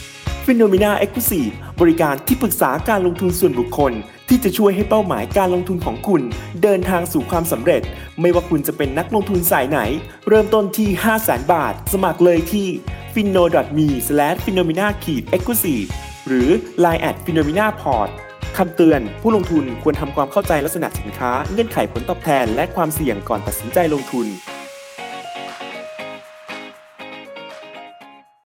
Phenomena Exclusive บริการที่ปรึกษาการลงทุนส่วนบุคคลที่จะช่วยให้เป้าหมายการลงทุนของคุณเดินทางสู่ความสำเร็จไม่ว่าคุณจะเป็นนักลงทุนสายไหนเริ่มต้นที่ 500,000 บาทสมัครเลยที่ finno.me/phenomena-exclusive หรือ Line @phenomena-port คำเตือนผู้ลงทุนควรทำความเข้าใจลักษณะสินค้าเงื่อนไขผลตอบแทนและความเสี่ยงก่อนตัดสินใจลงทุน